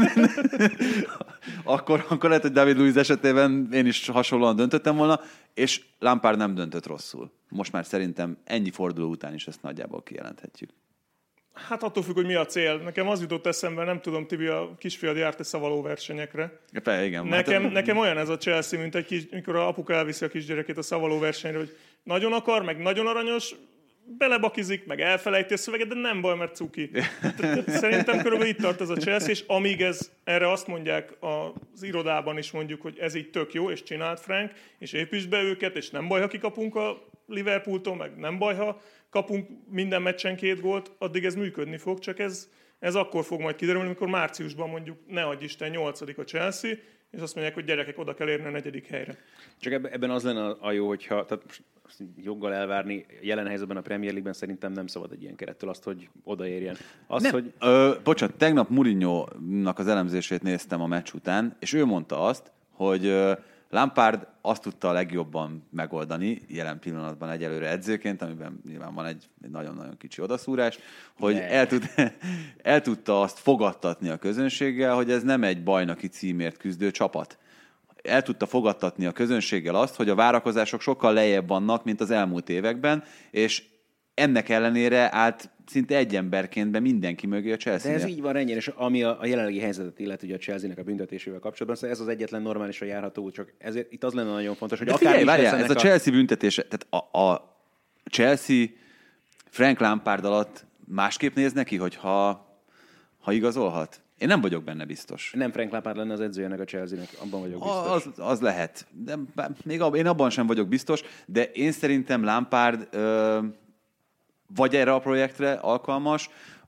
akkor lehet, hogy David Luiz esetében én is hasonlóan döntöttem volna, és Lampard nem döntött rosszul. Most már szerintem ennyi forduló után is ezt nagyjából kijelenthetjük. Hát attól függ, hogy mi a cél. Nekem az jutott eszembe, nem tudom, Tibi, a kisfiad járt-e szavaló versenyekre. Igen. Nekem olyan ez a Chelsea, mint mikor a apuka elviszi a kisgyerekét a szavaló versenyre, hogy nagyon akar, meg nagyon aranyos, belebakizik, meg elfelejti a szöveget, de nem baj, mert cuki. Szerintem körülbelül itt tart ez a Chelsea, és amíg erre azt mondják az irodában is mondjuk, hogy ez így tök jó, és csinált Frank, és építsd be őket, és nem baj, ha kikapunk a Liverpooltól, meg nem baj, ha kapunk minden meccsen 2 gólt, addig ez működni fog, csak ez akkor fog majd kiderülni, amikor márciusban mondjuk, ne adj Isten, 8. a Chelsea, és azt mondják, hogy gyerekek, oda kell érni a 4. helyre. Csak ebben az lenne a jó, hogyha tehát joggal elvárni, jelen helyzetben a Premier League-ben szerintem nem szabad egy ilyen kerettől azt, hogy odaérjen. Bocsánat, tegnap Mourinho-nak az elemzését néztem a meccs után, és ő mondta azt, hogy Lampard azt tudta a legjobban megoldani, jelen pillanatban egyelőre edzőként, amiben nyilván van egy nagyon-nagyon kicsi odaszúrás, hogy el tudta azt fogadtatni a közönséggel, hogy ez nem egy bajnoki címért küzdő csapat. El tudta fogadtatni a közönséggel azt, hogy a várakozások sokkal lejjebb vannak, mint az elmúlt években, és ennek ellenére állt szinte egy emberként be mindenki mögé a Chelsea-nél. De ez így van, ennyi, és ami a jelenlegi helyzetet illeti, ugye a Chelsea-nek a büntetésével kapcsolatban, szóval ez az egyetlen normálisan járható út, csak ezért itt az lenne nagyon fontos, hogy ez a Chelsea büntetése, tehát a Chelsea Frank Lampard alatt másképp néz neki, hogyha igazolhat? Én nem vagyok benne biztos. Nem Frank Lampard lenne az edzőjének a Chelsea-nek, abban vagyok biztos. Az lehet. De még én abban sem vagyok biztos, de én szerintem Lampard vagy erre a projektre alkalmas,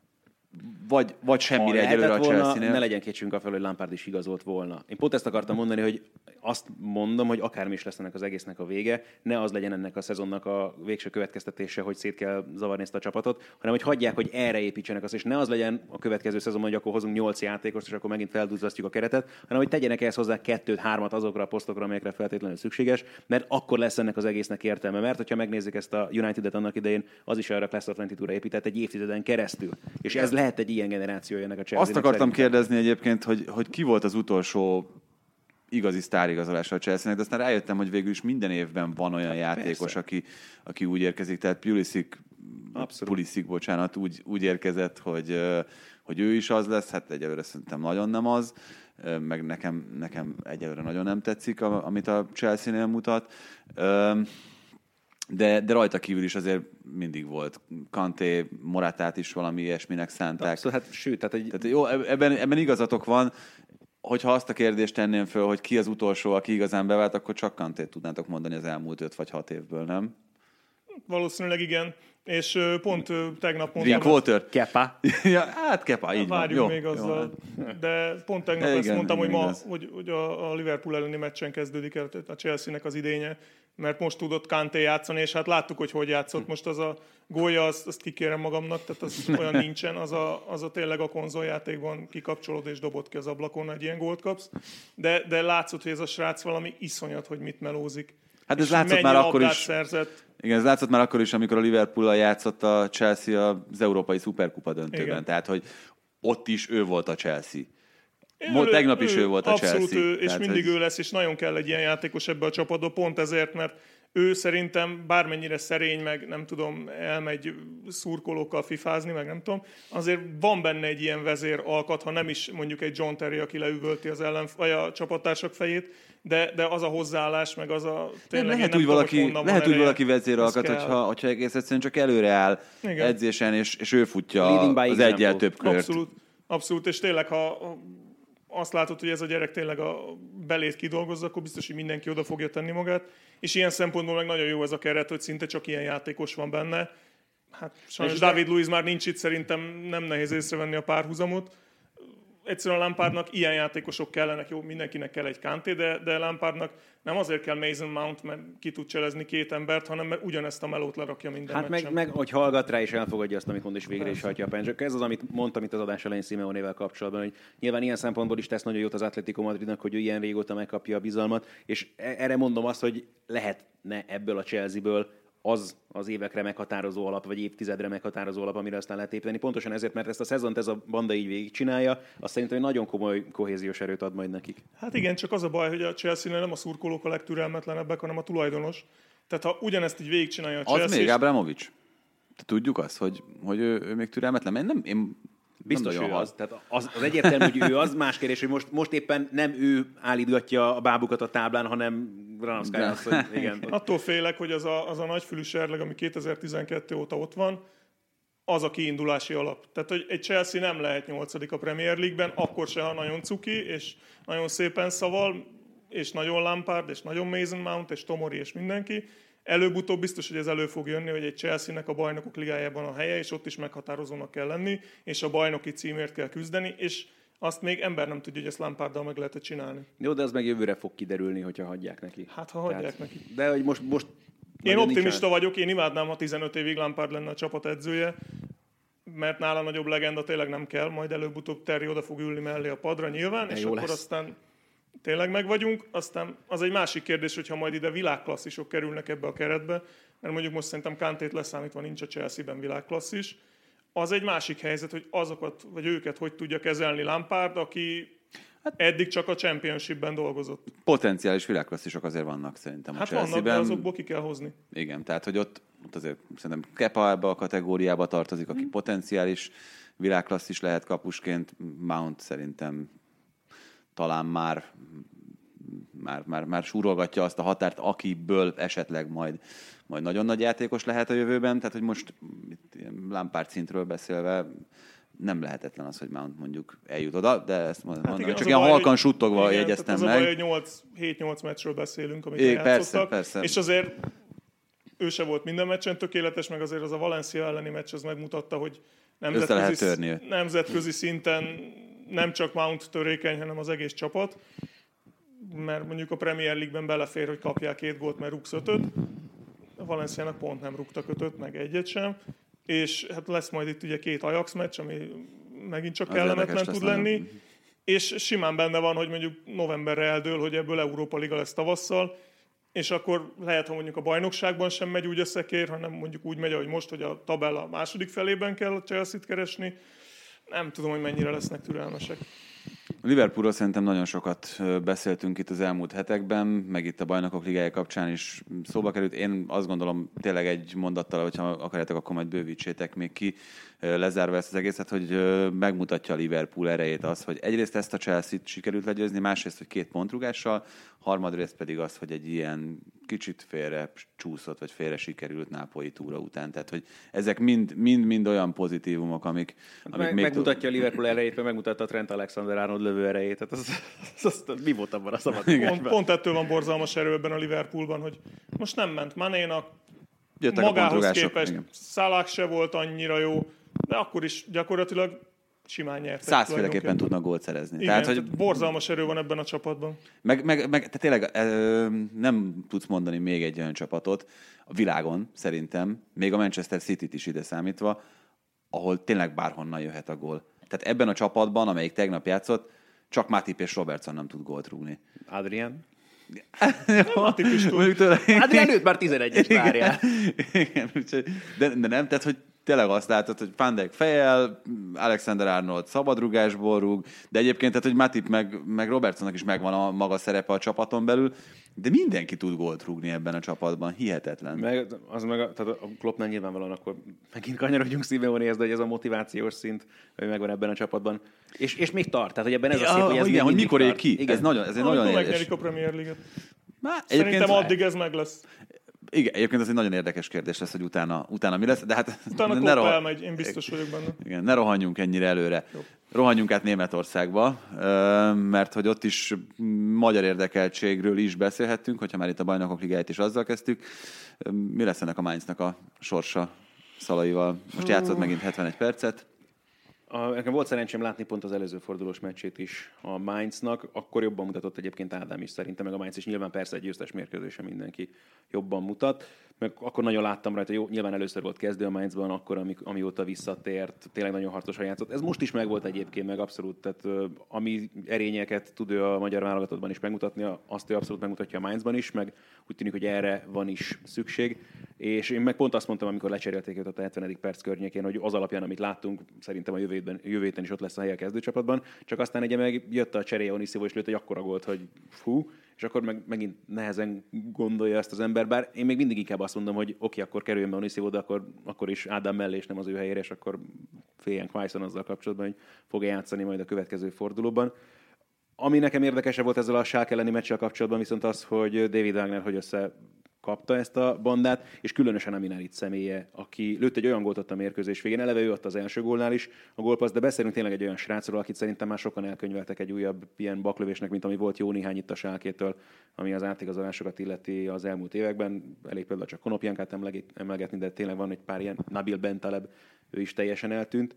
vagy semmire egyelőre a Chelsea-nél. Ne legyen kétségünk afelől, hogy Lampard is igazolt volna. Én pont ezt akartam mondani, hogy azt mondom, hogy akármi is lesz ennek az egésznek a vége, ne az legyen ennek a szezonnak a végső következtetése, hogy szét kell zavarni ezt a csapatot, hanem hogy hagyják, hogy erre építsenek azt, és ne az legyen a következő szezonban, hogy akkor hozunk 8 játékost, és akkor megint felduzzasztjuk a keretet, hanem hogy tegyenek ehhez hozzá 2-3 azokra a posztokra, amelyekre feltétlenül szükséges, mert akkor lesz ennek az egésznek értelme. Mert hogyha megnézzük ezt a United-et annak idején, az is arra Class of 22-ra épített egy évtizeden keresztül. És ez lehet egy ilyen generációja ennek a Chelsea-nek. Azt akartam kérdezni egyébként, hogy ki volt az utolsó igazi sztárigazolása a Chelsea-nek, de aztán rájöttem, hogy végül is minden évben van olyan játékos, aki úgy érkezik, tehát Pulisic, úgy érkezett, hogy ő is az lesz, hát egyelőre szerintem nagyon nem az, meg nekem egyelőre nagyon nem tetszik, amit a Chelsea-nél mutat. De rajta kívül is azért mindig volt. Kanté, Moratát is valami ilyesminek szánták. Abszolút, tehát jó, ebben igazatok van. Hogyha azt a kérdést tenném föl, hogy ki az utolsó, aki igazán bevált, akkor csak Kantét tudnátok mondani az elmúlt 5 vagy 6 évből, nem? Valószínűleg igen. És pont tegnap Ilyen mondtam... Quarter. Kepa. Ja, hát Kepa, így van. Várjuk Jó, még azzal. Jó. De pont tegnap Igen, ezt mondtam, igen, hogy ma igaz. hogy a Liverpool elleni meccsen kezdődik el a Chelsea-nek az idénye, mert most tudott Kanté játszani, és hát láttuk, hogy játszott. Most az a gólja, azt kikérem magamnak, tehát az olyan nincsen, az a tényleg a konzoljátékban kikapcsolod és dobod ki az ablakon, egy ilyen gólt kapsz. De látszott, hogy ez a srác valami iszonyat, hogy mit melózik. Hát ez És látszott mennyi már akkor labdát is. Szerzett. Igen, ez látszott már akkor is, amikor a Liverpool-al játszott a Chelsea az Európai Szuperkupa döntőben. Igen. Tehát, hogy ott is ő volt a Chelsea. Tegnap is ő volt a Chelsea. Abszolút ő, és Tehát, mindig hogy... ő lesz, és nagyon kell egy ilyen játékos ebbe a csapatba, pont ezért, mert ő szerintem bármennyire szerény, meg nem tudom, elmegy szurkolókkal fifázni, meg nem tudom, azért van benne egy ilyen vezér alkat, ha nem is mondjuk egy John Terry, aki leüvölti az vagy a csapattársak fejét, de az a hozzáállás, meg az a tényleg... Lehet úgy valaki vezéralkat, hogyha egész egyszerűen csak előre áll igen. edzésen, és ő futja az egyel több kört. Abszolút, és tényleg, ha azt látod, hogy ez a gyerek tényleg a belét kidolgozza, akkor biztos, hogy mindenki oda fogja tenni magát, és ilyen szempontból meg nagyon jó ez a keret, hogy szinte csak ilyen játékos van benne. Hát sajnos David Luiz már nincs itt, szerintem nem nehéz észrevenni a párhuzamot. Egyszerűen a Lampardnak ilyen játékosok kellenek, jó, mindenkinek kell egy Kanté, de Lampardnak nem azért kell Mason Mount, mert ki tud cselezni két embert, hanem mert ugyanezt a melót lerakja minden hát meccsen. meg hogy hallgat rá és elfogadja azt, amit mond, és végre is hajtja a pencsök. Ez az, amit mondtam itt az adás elején Simeonével kapcsolatban, hogy nyilván ilyen szempontból is tesz nagyon jót az Atletico Madridnak, hogy ő ilyen régóta megkapja a bizalmat, és erre mondom azt, hogy lehetne ebből a Chelsea-ből az évekre meghatározó alap, vagy évtizedre meghatározó alap, amire aztán lehet építeni. Pontosan ezért, mert ezt a szezont ez a banda így végigcsinálja, azt szerintem nagyon komoly kohéziós erőt ad majd nekik. Hát igen, csak az a baj, hogy a Chelsea-nél nem a szurkolók a legtürelmetlenebbek, hanem a tulajdonos. Tehát ha ugyanezt így végigcsinálja a Chelsea... Az még Abramovich. Tudjuk azt, hogy ő még türelmetlen? Én biztos ő az. Tehát az egyértelmű, hogy ő az. Más kérdés, hogy most éppen nem ő állítgatja a bábukat a táblán, hanem Granovszkája azt, hogy igen. Attól félek, hogy az a nagyfülű serleg, ami 2012 óta ott van, az a kiindulási alap. Tehát, hogy egy Chelsea nem lehet 8. a Premier League-ben, akkor se, ha nagyon cuki, és nagyon szépen szaval, és nagyon Lampard, és nagyon Mason Mount, és Tomori, és mindenki. Előbb-utóbb biztos, hogy ez elő fog jönni, hogy egy Chelsea-nek a bajnokok ligájában a helye, és ott is meghatározónak kell lenni, és a bajnoki címért kell küzdeni, és azt még ember nem tudja, hogy ezt Lamparddal meg lehet csinálni. Jó, de az meg jövőre fog kiderülni, hogyha hagyják neki. Hát, ha hagyják neki. De hogy most én optimista vagyok, én imádnám, ha 15 évig Lampard lenne a csapat edzője, mert nála nagyobb legenda tényleg nem kell, majd előbb-utóbb Terry oda fog ülni mellé a padra nyilván, és akkor aztán tényleg meg vagyunk. Aztán az egy másik kérdés, hogyha majd ide világklasszisok kerülnek ebbe a keretbe, mert mondjuk most szerintem Kantét leszámítva nincs a Chelsea-ben világklasszis. Az egy másik helyzet, hogy azokat, vagy őket hogy tudja kezelni Lampard, aki eddig csak a Championshipben dolgozott. Potenciális világklasszisok azért vannak szerintem a Chelsea-ben. Vannak, de azokból ki kell hozni. Igen, tehát hogy ott azért szerintem Kepa ebbe a kategóriába tartozik, aki potenciális világklasszis lehet kapusként. Mount szerintem talán már súrolgatja azt a határt, akiből esetleg majd nagyon nagy játékos lehet a jövőben. Tehát, hogy most itt Lampard szintről beszélve nem lehetetlen az, hogy Mount mondjuk eljut oda, de ezt mondom, igen, csak ilyen halkan suttogva igen, jegyeztem meg. Az a baj, hogy 7-8 meccsről beszélünk, amit játszottak. Persze. És azért ő se volt minden meccsen tökéletes, meg azért az a Valencia elleni meccs az megmutatta, hogy nemzetközi szinten nem csak Mount törékeny, hanem az egész csapat. Mert mondjuk a Premier League-ben belefér, hogy kapják 2 gólt, mert rúgsz 5-öt. A Valenciának pont nem rúgtak 5-öt, meg 1-et sem. És hát lesz majd itt ugye 2 Ajax meccs, ami megint csak kellemetlen tud lenni. És simán benne van, hogy mondjuk novemberre eldől, hogy ebből Európa Liga lesz tavasszal, és akkor lehet, hogy mondjuk a bajnokságban sem megy úgy összekér, hanem mondjuk úgy megy, ahogy most, hogy a tabella második felében kell a Chelsea-t keresni. Nem tudom, hogy mennyire lesznek türelmesek. A Liverpoolról szerintem nagyon sokat beszéltünk itt az elmúlt hetekben, meg itt a Bajnokok Ligája kapcsán is szóba került. Én azt gondolom, tényleg egy mondattal, hogyha akarjátok, akkor majd bővítsétek még ki, lezárva ezt az egészet, hogy megmutatja a Liverpool erejét az, hogy egyrészt ezt a Chelsea-t sikerült legyőzni, másrészt, hogy 2 pontrúgással, harmadrészt pedig az, hogy egy ilyen kicsit félre csúszott, vagy félre sikerült nápolyi túra után. Tehát, hogy ezek mind olyan pozitívumok, amik még megmutatja a Liverpool erejét, vagy megmutatta a Trent Alexander-Arnold lövő erejét. Tehát az mi volt abban a szabad? Pont ettől van borzalmas erő ebben a Liverpoolban, hogy most nem ment Manénak, magához képest Salah se volt annyira jó, de akkor is gyakorlatilag simán nyertek. 100-féleképpen tudnak gólt szerezni. Igen, tehát borzalmas erő van ebben a csapatban. Tehát tényleg nem tudsz mondani még egy olyan csapatot a világon, szerintem, még a Manchester City-t is ide számítva, ahol tényleg bárhonnan jöhet a gól. Tehát ebben a csapatban, amelyik tegnap játszott, csak Matip és Robertson nem tud gólt rúgni. Adrian? Matip is tud. Adrian lőtt már 11-es, várjál. Igen, de nem, tehát hogy tényleg azt látod, hogy Van Dijk fejjel, Alexander-Arnold szabadrugásból rúg, de egyébként, tehát, hogy Matip meg Robertsonnak is megvan a maga szerepe a csapaton belül, de mindenki tud gólt rúgni ebben a csapatban, hihetetlen. Tehát a Kloppnál nyilvánvalóan akkor megint kanyarodjunk Simeonéhez, de hogy ez a motivációs szint, hogy megvan ebben a csapatban. És még tart, tehát hogy ebben ez a szép, hogy ez igen, hogy mikor ér ki. Igen. Ez egy nagyon érdekes. Megnyerik a Premier League-et. Szerintem addig ez meg lesz. Igen, egyébként ez egy nagyon érdekes kérdés lesz, hogy utána mi lesz, de hát... Utána Klopp elmegy, én biztos vagyok benne. Igen, ne rohanjunk ennyire előre. Jó. Rohanjunk át Németországba, mert hogy ott is magyar érdekeltségről is beszélhettünk, hogyha már itt a Bajnokok Ligáját is azzal kezdtük. Mi lesz ennek a Mainznak a sorsa Szalaival? Most játszott megint 71 percet. Nekem volt szerencsém látni pont az előző fordulós meccsét is a Mainznak, akkor jobban mutatott egyébként Ádám is szerintem, meg a Mainz is nyilván persze egy győztes mérkőzésen mindenki jobban mutat, meg akkor nagyon láttam rajta, jó, nyilván először volt kezdő a Mainzban, akkor amióta visszatért, tényleg nagyon harcosan játszott. Ez most is megvolt egyébként, meg abszolút, tehát ami erényeket tud ő a magyar válogatottban is megmutatni, azt ő abszolút megmutatja a Mainzban is, meg úgy tűnik, hogy erre van is szükség. És én meg pont azt mondtam, amikor lecserélték őt a 70. perc környékén, hogy az alapján, amit láttunk, szerintem a jövő héten is ott lesz a helye a kezdőcsapatban, csak aztán ugye meg jött a cseréje Onisivo, és lőtt egy akkora gólt, hogy fú, és akkor megint nehezen gondolja ezt az ember, bár én még mindig inkább azt mondom, hogy oké, akkor kerüljön be Onisivo, de akkor is Ádám mellé, és nem az ő helyére, és akkor féljen Quaison azzal kapcsolatban, hogy fog játszani majd a következő fordulóban. Ami nekem érdekesebb volt ezzel a Schalke elleni meccsel kapcsolatban, viszont az, hogy David Wagner hogy kapta ezt a bandát, és különösen Aminárit személye, aki lőtt egy olyan gólt ott a mérkőzés végén, eleve ő ott az első gólnál is a gólpassz, de beszélünk tényleg egy olyan srácról, akit szerintem már sokan elkönyveltek egy újabb ilyen baklövésnek, mint ami volt jó néhány itt a Schalkétől, ami az átigazolásokat illeti az elmúlt években. Elég például csak Konopjankát emlegetni, de tényleg van egy pár ilyen, Nabil Bentaleb, ő is teljesen eltűnt.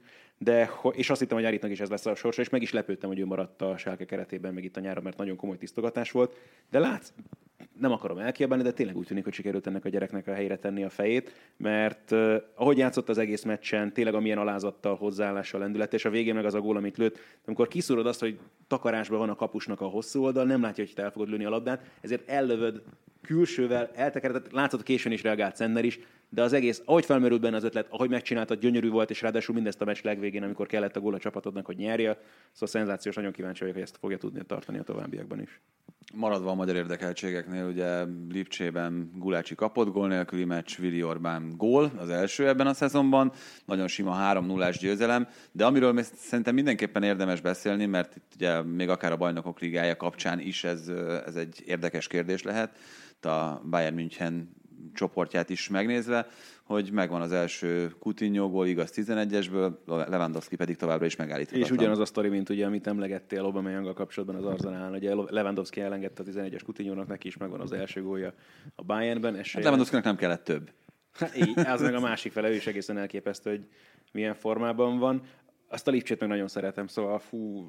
És azt hittem, hogy Aritnak is ez lesz a sorsa, és meg is lepődtem, hogy ő maradt a Schalke keretében, meg itt a nyáron, mert nagyon komoly tisztogatás volt. De látsz, nem akarom elkiabálni, de tényleg úgy tűnik, hogy sikerült ennek a gyereknek a helyre tenni a fejét, mert ahogy játszott az egész meccsen, tényleg amilyen alázattal, hozzáállással, lendület, és a végén meg az a gól, amit lőtt, amikor kiszúrod azt, hogy takarásban van a kapusnak a hosszú oldal, nem látja, hogy te el fogod lőni a labdát, ezért ellövöd külsővel, eltekeredett, látszott, későn is reagált Zenner is, de az egész, ahogy felmerült benne az ötlet, ahogy megcsináltad, gyönyörű volt, és ráadásul mindezt a meccs legvégén, amikor kellett a gól a csapatodnak, hogy nyerje. Szóval szenzációs, nagyon kíváncsi vagyok, hogy ezt fogja tudni tartani a továbbiakban is. Maradva a magyar érdekeltségeknél, ugye Lipcsében Gulácsi kapott gól nélküli meccs, Vili Orbán gól, az első ebben a szezonban, nagyon sima 3-0-ás győzelem, de amiről szerintem mindenképpen érdemes beszélni, mert itt ugye még akár a Bajnokok Ligája kapcsán is ez egy érdekes kérdés lehet, a Bayern München csoportját is megnézve, hogy megvan az első Coutinho gól, igaz 11-esből, Lewandowski pedig továbbra is megállíthatatlan. És ugyanaz a sztori, mint ugye, amit emlegettél Aubameyanggal kapcsolatban az Arsenalnál, ugye Lewandowski elengedte a 11-es Coutinho-nak, neki is megvan az első gólja a Bayernben. Hát Lewandowskinak nem kellett több. Így, az meg a másik fele, ő is egészen elképesztő, hogy milyen formában van. Azt a Lipcsét meg nagyon szeretem, szóval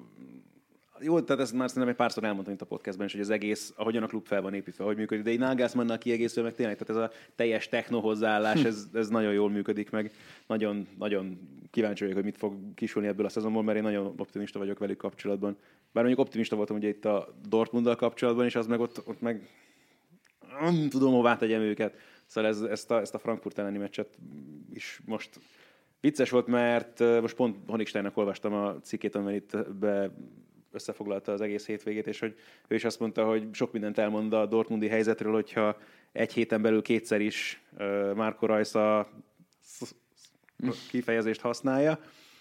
jó, tehát ezt már szerintem egy párszor elmondtam itt a podcastben is, hogy az egész, ahogyan a klub fel van építve, hogy működik, de egy Nagelsmannnal kiegészül meg tényleg, tehát ez a teljes techno hozzáállás, ez nagyon jól működik meg. Nagyon, nagyon kíváncsi vagyok, hogy mit fog kisülni ebből a szezonból, mert én nagyon optimista vagyok velük kapcsolatban. Bár mondjuk optimista voltam ugye itt a Dortmunddal kapcsolatban, és az meg ott meg nem tudom, hová tegyem őket. Szóval ezt a Frankfurt elleni meccset is most vicces volt, mert most pont Honigsteinnek olvastam a cikkét, amivel itt összefoglalta az egész hétvégét, és hogy ő is azt mondta, hogy sok mindent elmond a dortmundi helyzetről, hogyha egy héten belül kétszer is Marco Reus a kifejezést használja.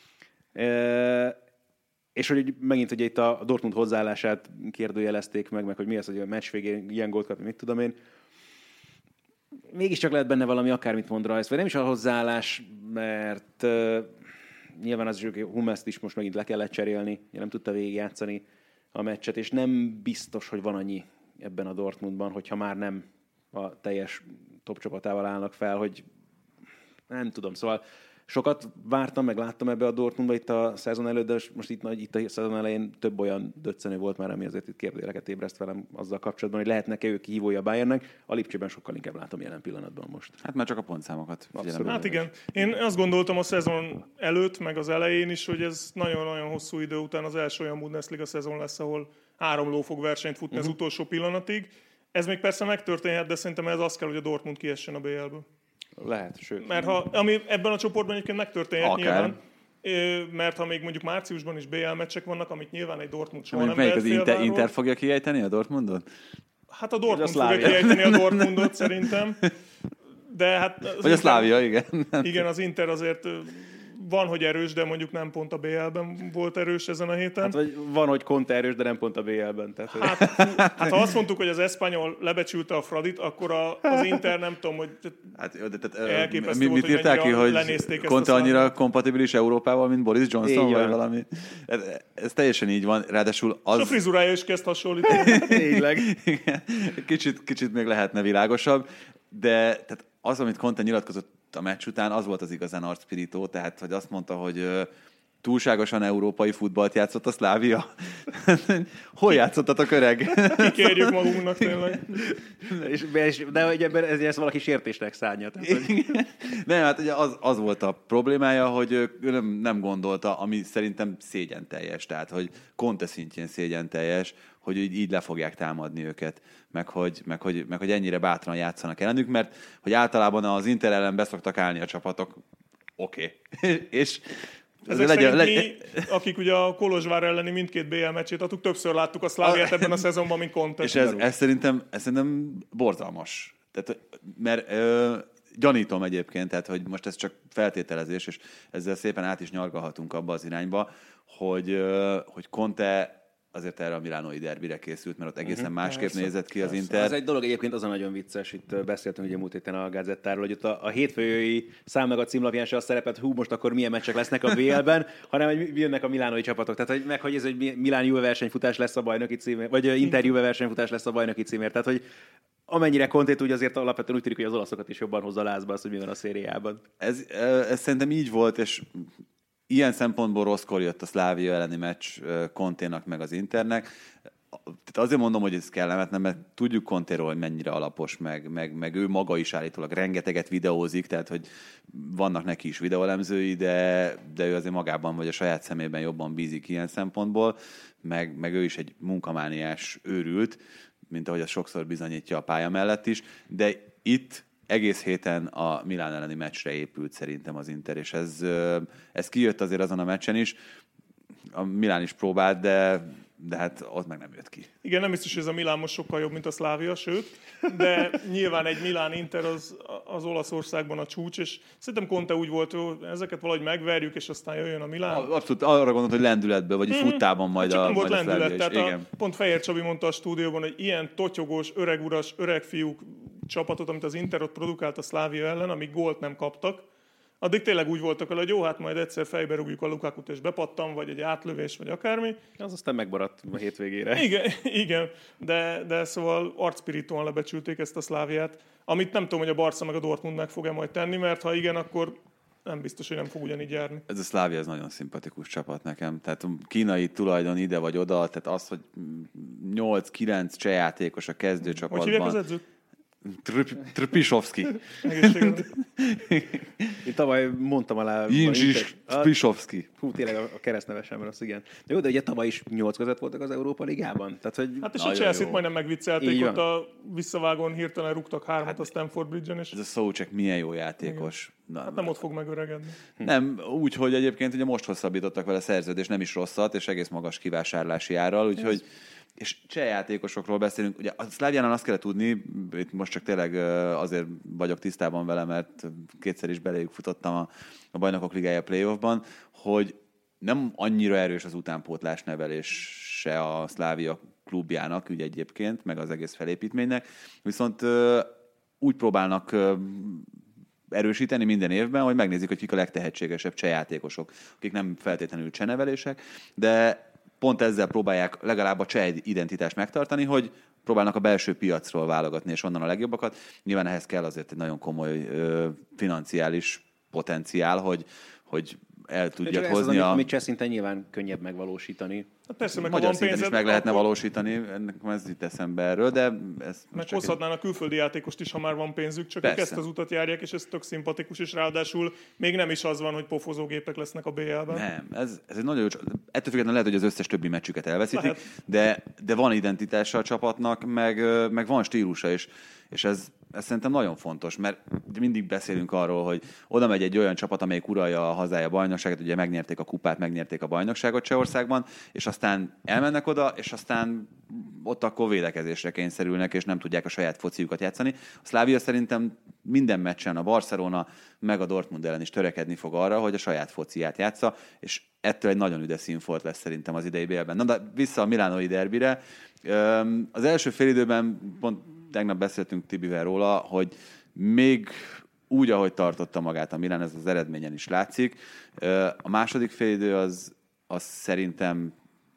És hogy megint ugye itt a Dortmund hozzáállását kérdőjelezték meg hogy mi az, hogy a meccs végén ilyen gólt kapni, mit tudom én. Mégiscsak lehet benne valami, akármit mond Reus, vagy nem is a hozzáállás, mert nyilván az is, hogy Hummelszt is most megint le kellett cserélni, nem tudta végigjátszani a meccset, és nem biztos, hogy van annyi ebben a Dortmundban, hogyha már nem a teljes top csapatával állnak fel, hogy nem tudom, szóval sokat vártam, meg láttam ebbe a Dortmundba itt a szezon előtt, de most itt a szezon elején több olyan döccenő volt már, ami azért itt kérdőjeleket ébreszt velem azzal kapcsolatban, hogy lehetnek-e ők hívója a Bayernnek. A Lipcsében sokkal inkább látom jelen pillanatban most. Hát már csak a pontszámokat. Hát igen. Én azt gondoltam a szezon előtt, meg az elején is, hogy ez nagyon-nagyon hosszú idő után az első olyan Bundesliga szezon lesz, ahol 3 ló fog versenyt futni az utolsó pillanatig. Ez még persze megtörténhet, de szerintem ez az kell, hogy a Dortmund kiessen a BL-ből. Lehet, sőt. Mert ami ebben a csoportban egyébként megtörténhet akár. Nyilván, mert ha még mondjuk márciusban is BL meccsek vannak, amit nyilván egy Dortmund soha nem Melyik vehet az félváról. Inter fogja kiejteni a Dortmundot? Hát a Dortmund fogja kiejteni a Dortmundot szerintem. De hát vagy a Szlávia, igen. Igen, az Inter azért van, hogy erős, de mondjuk nem pont a BL-ben volt erős ezen a héten. Hát vagy van, hogy Conte erős, de nem pont a BL-ben. Tehát, hát ha azt mondtuk, hogy az Espanyol lebecsülte a Fradit, akkor az Inter nem tudom, hogy elképesztő volt, mit írták ki, hogy Conte annyira kompatibilis Európával, mint Boris Johnson, vagy valami. Ez teljesen így van, ráadásul az... És a frizurája is kezd hasonlítani. Tényleg. Kicsit még lehetne világosabb, de tehát az, amit Conte nyilatkozott a meccs után, az volt az igazán arcpirító, tehát hogy azt mondta, hogy túlságosan európai futballt játszott a Szlávia. Hol játszottatok, öreg? Kikérjük magunknak tényleg. De hogy ebben ez valaki sértésnek szánja. Nem, hát ugye az volt a problémája, hogy ő nem gondolta, ami szerintem szégyenteljes, tehát hogy Conte szintjén szégyenteljes, hogy így le fogják támadni őket, meg hogy ennyire bátran játszanak ellenük, mert hogy általában az Inter ellen beszoktak állni a csapatok, oké. És ezek szerint mi, akik ugye a Kolozsvár elleni mindkét BL meccsét adtuk, többször láttuk a Szláviát ebben a szezonban, mint Conte. És ez szerintem borzalmas. Tehát, mert gyanítom egyébként, tehát, hogy most ez csak feltételezés, és ezzel szépen át is nyargalhatunk abba az irányba, hogy Conte azért erre a milánói derbire készült, mert ott egészen másképp nézett ki az Inter. Ez egy dolog egyébként, az a nagyon vicces, itt beszéltünk ugye múlt héten a Gazettáról, hogy ott a hétfői számnak a címlapján se azt szerepelt, most akkor milyen meccsek lesznek a BL-ben, hanem hogy jönnek a milánói csapatok. Tehát, hogy ez egy Milán-Juve versenyfutás lesz a bajnoki címért, vagy Inter-Juve versenyfutás lesz a bajnoki címért. Tehát, hogy amennyire Conte úgy azért alapvetően úgy tűnik, hogy az olaszokat is jobban hozza lázba az, hogy mi van a szériában. Ez szerintem így volt, és ilyen szempontból rosszkor jött a Szlávia elleni meccs Conténak meg az Internek. Tehát azért mondom, hogy ez kellemetlen, mert tudjuk Contéról, hogy mennyire alapos, meg ő maga is állítólag rengeteget videózik, tehát hogy vannak neki is videóelemzői, de ő azért magában vagy a saját szemében jobban bízik ilyen szempontból, meg ő is egy munkamániás őrült, mint ahogy az sokszor bizonyítja a pálya mellett is, de itt egész héten a Milán elleni meccsre épült szerintem az Inter, és ez kijött azért azon a meccsen is. A Milán is próbált, de hát ott meg nem jött ki. Igen, nem biztos, hogy ez a Milán most sokkal jobb, mint a Szlávia, sőt, de nyilván egy Milán-Inter az Olaszországban a csúcs, és szerintem Conte úgy volt, hogy ezeket valahogy megverjük, és aztán jöjjön a Milán. Abszolút arra gondolt, hogy lendületből, vagy futtában majd csak a nem volt majd lendület, a tehát pont Fehér Csabi mondta a stúdióban, hogy ilyen totyogós, öreguras, öregfiúk csapatot, amit az Inter ott produkált a Szlávia ellen, amíg gólt nem kaptak, addig tényleg úgy voltak vele, hogy jó, hát majd egyszer fejbe rúgjuk a Lukakut és bepattam, vagy egy átlövés, vagy akármi. Az aztán megmaradt a hétvégére. Igen, de szóval arcpirítóan lebecsülték ezt a Szláviát, amit nem tudom, hogy a Barca meg a Dortmund meg fog-e majd tenni, mert ha igen, akkor nem biztos, hogy nem fog ugyanígy járni. Ez a Szlávia, ez nagyon szimpatikus csapat nekem. Tehát kínai tulajdon ide vagy oda, tehát az, hogy 8-9 csehjátékos a kezdőcsapatban. Hogy hívják az edzőt? Trpisovski. Én tavaly mondtam alá... Trpisovski. Hú, tényleg a keresztneve sem rossz, igen. De jó, de ugye tavaly is 8 között voltak az Európa Ligában. Tehát, hogy hát és a Chelsea-t majdnem megviccelték, ott a visszavágón hirtelen rúgtak 3-at a Stamford Bridge-en. És... Ez a Souček milyen jó játékos. Hát nem ott fog megöregedni. Nem, úgy, hogy egyébként ugye most hosszabbítottak vele szerződést, nem is rosszat, és egész magas kivásárlási árral, úgyhogy és cseh játékosokról beszélünk. Ugye a Szláviánál azt kell tudni, itt most csak tényleg azért vagyok tisztában vele, mert kétszer is beléjük futottam a Bajnokok Ligája playoffban, hogy nem annyira erős az utánpótlás nevelése a Szlávia klubjának, ugye egyébként, meg az egész felépítménynek, viszont úgy próbálnak erősíteni minden évben, hogy megnézik, hogy kik a legtehetségesebb cseh játékosok, akik nem feltétlenül csenevelések, de pont ezzel próbálják legalább a cseh identitást megtartani, hogy próbálnak a belső piacról válogatni, és onnan a legjobbakat. Nyilván ehhez kell azért egy nagyon komoly financiális potenciál, hogy el tudják hozni amit cseh szinten nyilván könnyebb megvalósítani. Hát persze, meg magyar van szinten pénzed, is meg lehetne valósítani, ennek ez itt eszembe erről, de ez meg hozhatnának külföldi játékost is, ha már van pénzük, csak ők ezt az utat járják, és ez tök szimpatikus, és ráadásul még nem is az van, hogy pofozógépek lesznek a BL-ben. Nem, ez egy nagyon jó ettől függetlenül lehet, hogy az összes többi meccsüket elveszítik, de van identitása a csapatnak, meg van stílusa is, és ez szerintem nagyon fontos, mert mindig beszélünk arról, hogy oda megy egy olyan csapat, amelyik uralja a hazája bajnokságot, ugye megnyerték a kupát, megnyerték a bajnokságot Csehországban, és aztán elmennek oda, és aztán ott akkor védekezésre kényszerülnek, és nem tudják a saját fociukat játszani. A Slavia szerintem minden meccsen a Barcelona meg a Dortmund ellen is törekedni fog arra, hogy a saját fociát játsza, és ettől egy nagyon üde színfolt lesz szerintem az idei BL-ben. Na de vissza a milánói derbire. Az első félidőben pont tegnap beszéltünk Tibivel róla, hogy még úgy, ahogy tartotta magát a Milán, ez az eredményen is látszik. A második félidő az szerintem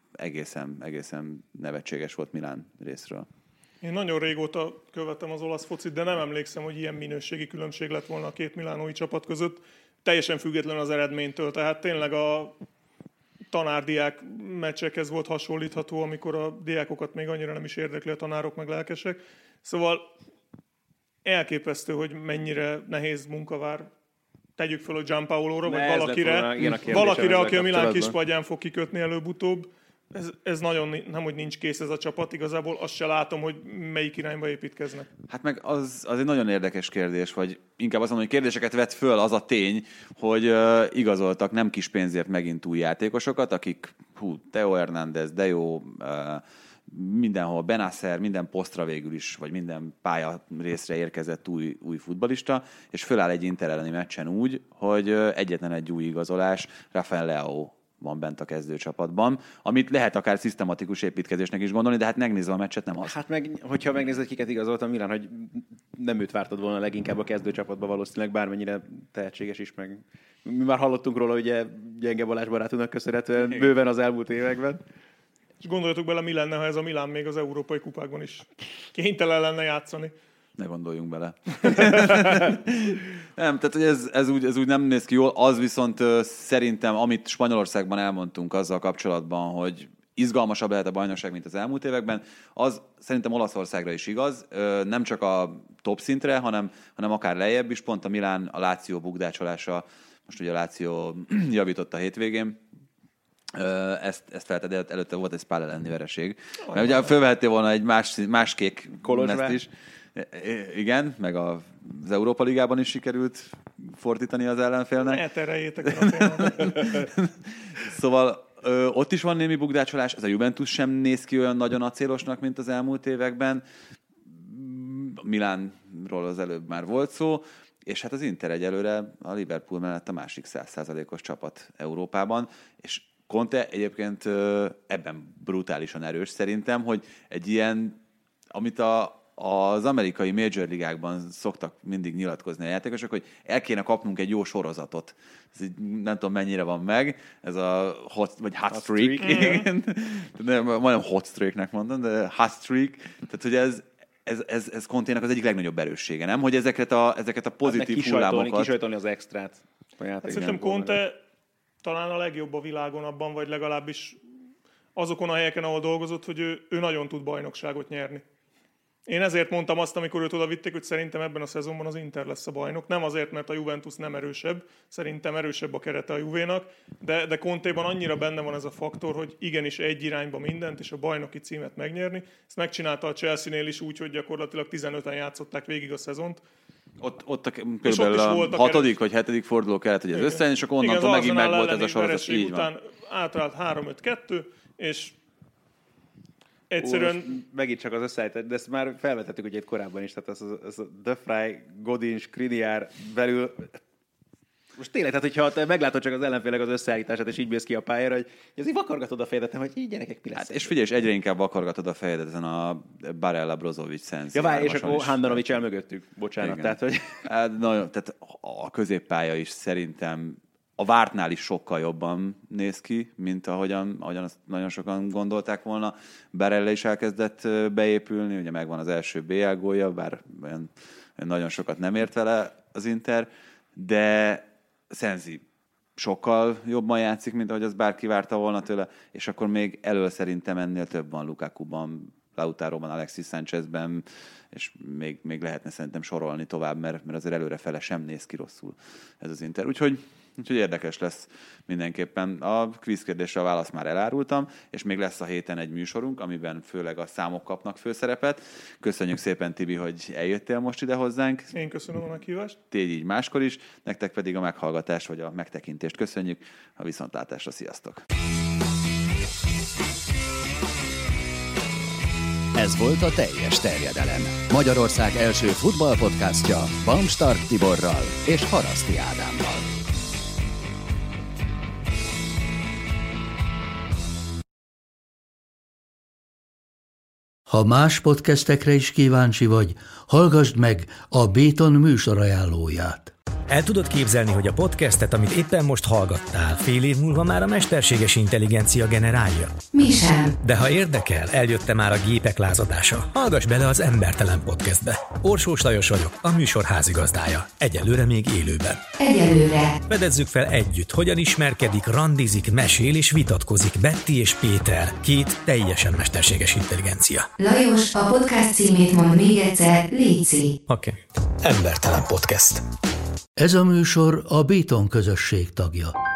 egészen nevetséges volt Milán részről. Én nagyon régóta követem az olasz focit, de nem emlékszem, hogy ilyen minőségi különbség lett volna a két milánói csapat között, teljesen független az eredménytől. Tehát tényleg a tanár-diák meccsekhez volt hasonlítható, amikor a diákokat még annyira nem is érdekli a tanárok meg lelkesek. Szóval elképesztő, hogy mennyire nehéz munka vár. Tegyük fel a Gianpaolóra, vagy valakire, aki a Milán kispadján fog kikötni előbb-utóbb. Ez nagyon nem, hogy nincs kész ez a csapat, igazából azt se látom, hogy melyik irányba építkeznek. Hát meg az egy nagyon érdekes kérdés, vagy inkább azt mondom, hogy kérdéseket vet föl az a tény, hogy igazoltak nem kis pénzért megint új játékosokat, akik Theo Hernández, Dejo, mindenhol Benacer, minden posztra végül is, vagy minden pálya részre érkezett új futballista, és föláll egy Inter elleni meccsen úgy, hogy egyetlen egy új igazolás, Rafael Leao van bent a kezdőcsapatban, amit lehet akár szisztematikus építkezésnek is gondolni, de hát megnézve a meccset nem az. Hát hogyha megnézed, kiket igazolt a Milán, hogy nem őt vártad volna leginkább a kezdőcsapatba valószínűleg, bármennyire tehetséges is, meg mi már hallottunk róla, ugye Gyenge Balázs barátunknak köszönhetően bőven az elmúlt években. És gondoljatok bele, mi lenne, ha ez a Milán még az európai kupákban is kénytelen lenne játszani. Ne gondoljunk bele. Nem, tehát hogy ez úgy nem néz ki jól, az viszont szerintem, amit Spanyolországban elmondtunk azzal kapcsolatban, hogy izgalmasabb lehet a bajnokság, mint az elmúlt években, az szerintem Olaszországra is igaz, nem csak a top szintre, hanem akár lejjebb is, pont a Milán, a Lazio bukdácsolása, most ugye a Lazio javított a hétvégén, ezt feltett, előtte volt egy Spal elleni vereség. Mert ugye fölvehettél volna egy más kék Kolozsvár is. Igen, meg az Európa Ligában is sikerült fordítani az ellenfélnek. Elterejétek a témát. Szóval ott is van némi bukdácsolás, ez a Juventus sem néz ki olyan nagyon acélosnak, mint az elmúlt években. Milánról az előbb már volt szó, és hát az Inter egyelőre a Liverpool mellett a másik 100%-os csapat Európában, és Conte egyébként ebben brutálisan erős szerintem, hogy egy ilyen, amit az amerikai major ligákban szoktak mindig nyilatkozni a játékosok, hogy el kéne kapnunk egy jó sorozatot. Ez így, nem tudom mennyire van meg, ez a hot streak. Majdnem hot streaknek mondom, de hot streak. Tehát, hogy ez Contének az egyik legnagyobb erőssége, nem? Hogy ezeket a pozitív hullámokat... Kisajtolni az extrát. Szerintem Conte talán a legjobb a világon abban, vagy legalábbis azokon a helyeken, ahol dolgozott, hogy ő nagyon tud bajnokságot nyerni. Én ezért mondtam azt, amikor őt oda vitték, hogy szerintem ebben a szezonban az Inter lesz a bajnok. Nem azért, mert a Juventus nem erősebb, szerintem erősebb a kerete a Juvénak, de Contéban annyira benne van ez a faktor, hogy igenis egy irányba mindent, és a bajnoki címet megnyerni. Ezt megcsinálta a Chelsea-nél is úgy, hogy gyakorlatilag 15-en játszották végig a szezont. Ott körülbelül a 6. vagy 7. forduló kellett, hogy ez összejön, és akkor onnantól megint megvolt ez a sorozat. Így van. Után átállt 3-5-2, és egyszerűen... Megint csak az összeállítás, de ezt már felvetettük ugye itt korábban is, tehát ez a De Vrij, Godin, Skriniar belül... Most tényleg, tehát hogyha te meglátod csak az ellenfélnek az összeállítását, és így mész ki a pályára, hogy azért vakargatod a fejedet, hogy így gyerekek, mi lesz? Hát, és figyelj, egyre inkább vakargatod a fejedet ezen a Barella, Brozovic, Sensi. Ja, várj, és akkor Handanovic elmögöttük, bocsánat. Igen. Tehát, hogy... Hát, nagyon, tehát a középpálya is szerintem a vártnál is sokkal jobban néz ki, mint ahogyan azt nagyon sokan gondolták volna. Barella is elkezdett beépülni, ugye megvan az első BL gólja, bár olyan nagyon sokat nem ért vele az Inter, de Sensi sokkal jobban játszik, mint ahogy az bárki várta volna tőle, és akkor még elől szerintem ennél több van Lukakuban, Lautaróban, Alexis Sánchezben, és még lehetne szerintem sorolni tovább, mert azért előrefele sem néz ki rosszul ez az Inter. Úgyhogy érdekes lesz mindenképpen. A kvíz kérdésre a választ már elárultam, és még lesz a héten egy műsorunk, amiben főleg a számok kapnak főszerepet. Köszönjük szépen, Tibi, hogy eljöttél most ide hozzánk. Én köszönöm a meghívást. Tégy így máskor is, nektek pedig a meghallgatást vagy a megtekintést köszönjük. A viszontlátásra, sziasztok! Ez volt a Teljes terjedelem. Magyarország első futballpodcastja Bamstark Tiborral és Haraszti Ádámmal. Ha más podcastekre is kíváncsi vagy, hallgassd meg a Béton műsor ajánlóját. El tudod képzelni, hogy a podcastet, amit éppen most hallgattál, fél év múlva már a mesterséges intelligencia generálja? Mi sem. De ha érdekel, eljött már a gépek lázadása. Hallgass bele az Embertelen podcastbe. Orsós Lajos vagyok, a műsor házigazdája. Egyelőre még élőben. Egyelőre. Fedezzük fel együtt, hogyan ismerkedik, randizik, mesél és vitatkozik Betty és Péter, két teljesen mesterséges intelligencia. Lajos, a podcast címét mond még egyszer, léci. Oké. Embertelen podcast. Ez a műsor a Béton közösség tagja.